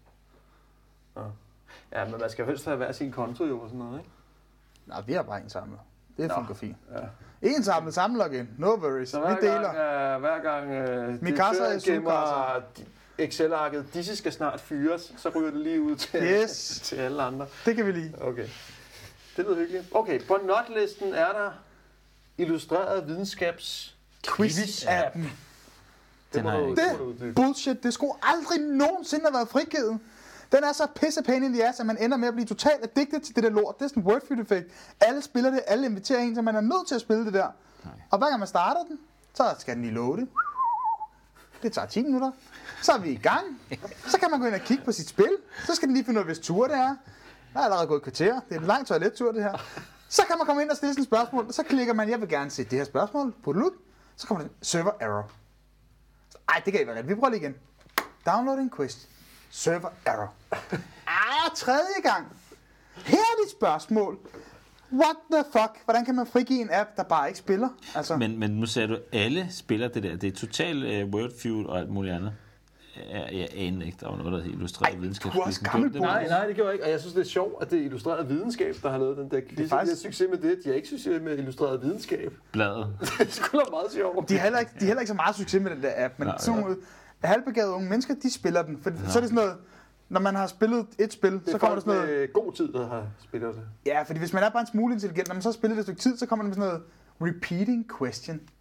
Ja, men man skal helst have hver sin konto jo og sådan noget, ikke? Nej, vi har bare en samlet. Det fungerer fint. Ja. En samlet sammenlogin. No worries. Så vi deler. Hver gang direktøren gemmer Excel-arket, disse skal snart fyres, så ryger det lige ud til, til alle andre. Det kan vi lide. Okay. Det lyder hyggeligt. Okay, på notlisten er der illustreret videnskabs quiz-appen. Det bullshit. Det skulle aldrig nogensinde have været frigivet. Den er så pissepæn i at man ender med at blive totalt addicted til det der lort. Det er sådan en wordfeud-effekt. Alle spiller det, alle inviterer en, så man er nødt til at spille det der. Nej. Og hver gang man starter den, så skal den lige loade. Det tager 10 minutter. Så er vi i gang. Så kan man gå ind og kigge på sit spil. Så skal den lige finde ud af, hvis tur det er. Der er allerede gået et kvarter. Det er en lang toilettur, det her. Så kan man komme ind og stille sådan et spørgsmål. Og så klikker man, jeg vil gerne se det her spørgsmål. Pudelut. Så kommer der server error. Ej, det kan ikke være ret. Vi prøver lige igen. Downloading quest. Server error. Tredje gang. Her er dit spørgsmål. What the fuck? Hvordan kan man frigive en app, der bare ikke spiller? Altså. Men nu sagde du, alle spiller det der. Det er total wordfeud og alt muligt andet. Jeg aner ikke, der var noget, der hedder illustreret videnskab. Nej, det gjorde jeg ikke. Og jeg synes, det er sjovt, at det er illustreret videnskab, der har lavet den der quiz. Jeg succes med det. De har ikke succes med illustreret videnskab. Bladet. Det er sgu da meget sjovt. De har heller ikke så meget succes med den der app. Men sådan halvbegavede unge mennesker, de spiller den. For så er det sådan noget, når man har spillet et spil, så kommer der sådan noget... Det er god tid, der har spillet det. Ja, fordi hvis man er bare en smule intelligent, når man så spiller det et stykke tid, så kommer der med sådan noget repeating question.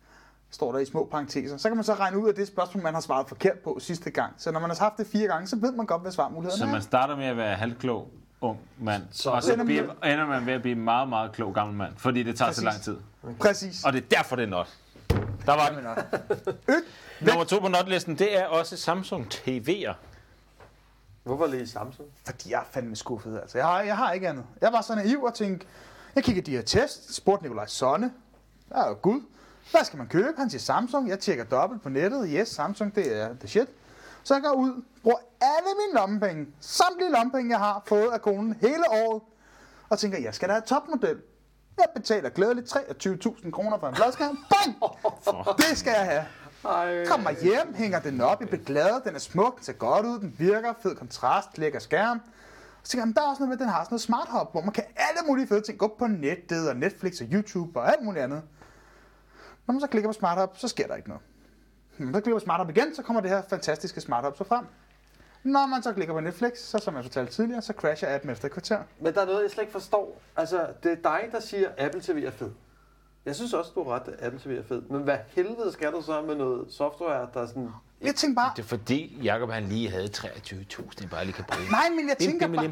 står der i små parenteser. Så kan man så regne ud af det spørgsmål, man har svaret forkert på sidste gang. Så når man har haft det 4 gange, så ved man godt, hvad svarmuligheden er. Så man starter med at være halvklog ung mand, og så ender man ved at blive meget, meget klog gammel mand, fordi det tager så lang tid. Præcis. Og det er derfor, det er not. Der var den. Nummer 2 på notlisten, det er også Samsung TV'er. Hvorfor lige Samsung? Fordi jeg er fandme skuffet, altså. Jeg har ikke andet. Jeg var så naiv og tænkte, jeg kiggede de her test, spurgte Nikolaj Sonne. Jeg er jo gud. Hvad skal man købe? Han siger Samsung. Jeg tjekker dobbelt på nettet. Yes, Samsung, det er the shit. Så jeg går ud, bruger alle mine lommepenge, samtlige lommepenge, jeg har fået af konen hele året, og tænker, jeg skal da have topmodel. Jeg betaler glædeligt 23.000 kroner for en fladskærm. Bang! Det skal jeg have. Kommer hjem, hænger den op, jeg bliver glad, den er smuk, den ser godt ud, den virker, fed kontrast, lækker skærm. Så tænker jeg, der er også noget med, den har sådan noget smart hub, hvor man kan alle mulige fede ting gå på nettet og Netflix og YouTube og alt muligt andet. Når man så klikker på smart hub, så sker der ikke noget. Når man så klikker på smart hub igen, så kommer det her fantastiske smart hub så frem. Når man så klikker på Netflix, så som jeg fortalte tidligere, så crasher appen efter et kvarter. Men der er noget, jeg slet ikke forstår. Altså, det er dig, der siger, at Apple TV er fed. Jeg synes også, du har ret, at Apple TV er fed. Men hvad helvede skal du så med noget software, der er sådan... Jeg tænker bare... Det er fordi, Jacob han lige havde 23.000, jeg bare lige kan bruge. Nej, men jeg tænker bare...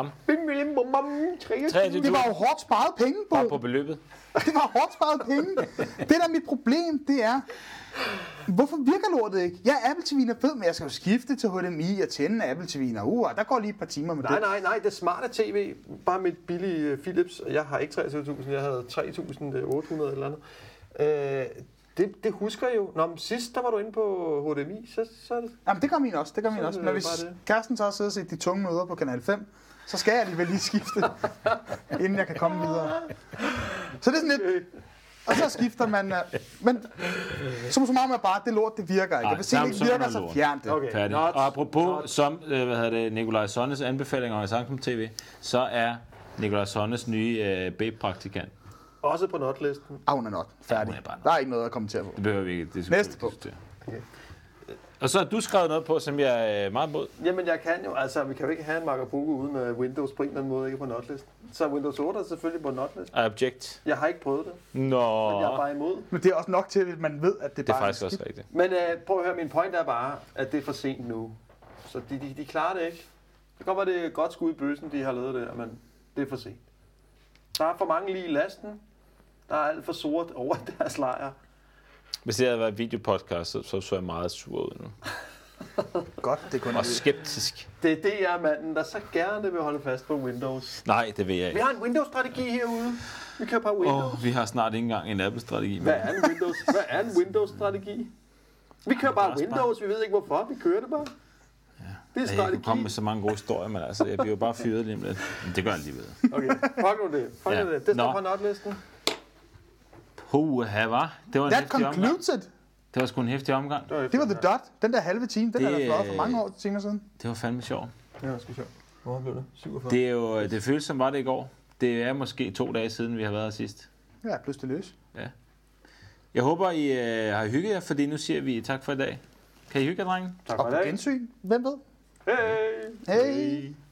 Det var jo hårdt sparet penge, Bo. Bare på beløbet. Det var hårdt sparet penge. Det der er mit problem, det er... Hvorfor virker lortet ikke? Ja, Apple TV'en er fed, men jeg skal jo skifte til HDMI og tænde Apple TV'en. Der går lige et par timer med det. Nej, det smarte tv, bare mit billige Philips. Jeg har ikke 23.000, jeg havde 3.800 eller andet. Det husker jeg jo. Nå, men sidst, der var du inde på HDMI, så er det... Jamen, det gør min også, Men hvis Karsten så har siddet og set de tunge møder på Kanal 5, så skal jeg alligevel lige skifte, inden jeg kan komme videre. Så det er sådan lidt... Og så skifter man... Men så meget med bare, det lort, det virker ikke. Hvis det ikke virker, så fjern det. Okay. Og apropos, som Nikolaj Sonnes anbefalinger i Samsung TV, så er Nikolaj Sonnes nye B-praktikant. Også på notlisten. Hun er not. Færdig. Der er ikke noget at kommentere på. Det behøver vi ikke. Det næste på. Okay. Og så har du skrevet noget på, som jeg er meget mod. Jamen, jeg kan jo. Altså, vi kan jo ikke have en Macaboco uden Windows på en eller anden måde ikke på notlisten. Så Windows 8 er selvfølgelig på notlisten. Object. Jeg har ikke prøvet det. Nå. Men jeg er bare imod. Men det er også nok til, at man ved, at det bare er faktisk også rigtigt. Men prøv at høre, min point er bare, at det er for sent nu. Så de klarer det ikke. Det kan godt være, det er godt skud i bøssen, de har lavet det, men det er for sent. Der er for mange lige i lasten. Der er alt for sort over deres lejr. Hvis det havde været videopodcast, så jeg meget sur ud nu. Godt, det kunne og skeptisk. Det er manden, der så gerne vil holde fast på Windows. Nej, det vil jeg ikke. Vi har en Windows-strategi herude. Vi kører bare Windows. Vi har snart ikke engang en Apple-strategi. Hvad er en Windows-strategi? Vi kører bare Windows, vi ved ikke hvorfor, vi kører det bare. Ja. Det er strategi. Jeg kunne komme med så mange gode historier, men altså, jeg bliver jo bare fyret lige med. Men det gør jeg alligevel. Okay, fuck nu det. Det står på notlisten. Hvad var? Det var en heftig omgang. Det var sgu en heftig omgang. Det var The Dot. Den der halve time, den er der flot for mange år siden. Det var fandme sjovt. Det var sgu sjovt. Hvor blev det? 47. Det er jo, det føles som var det i går. Det er måske 2 dage siden, vi har været her sidst. Ja, pludselig løs. Ja. Jeg håber, I har hygget jer, fordi nu siger vi tak for i dag. Kan I hygge jer, drenge? Tak for i dag. Og på gensyn. Hvem ved? Hey! Hey!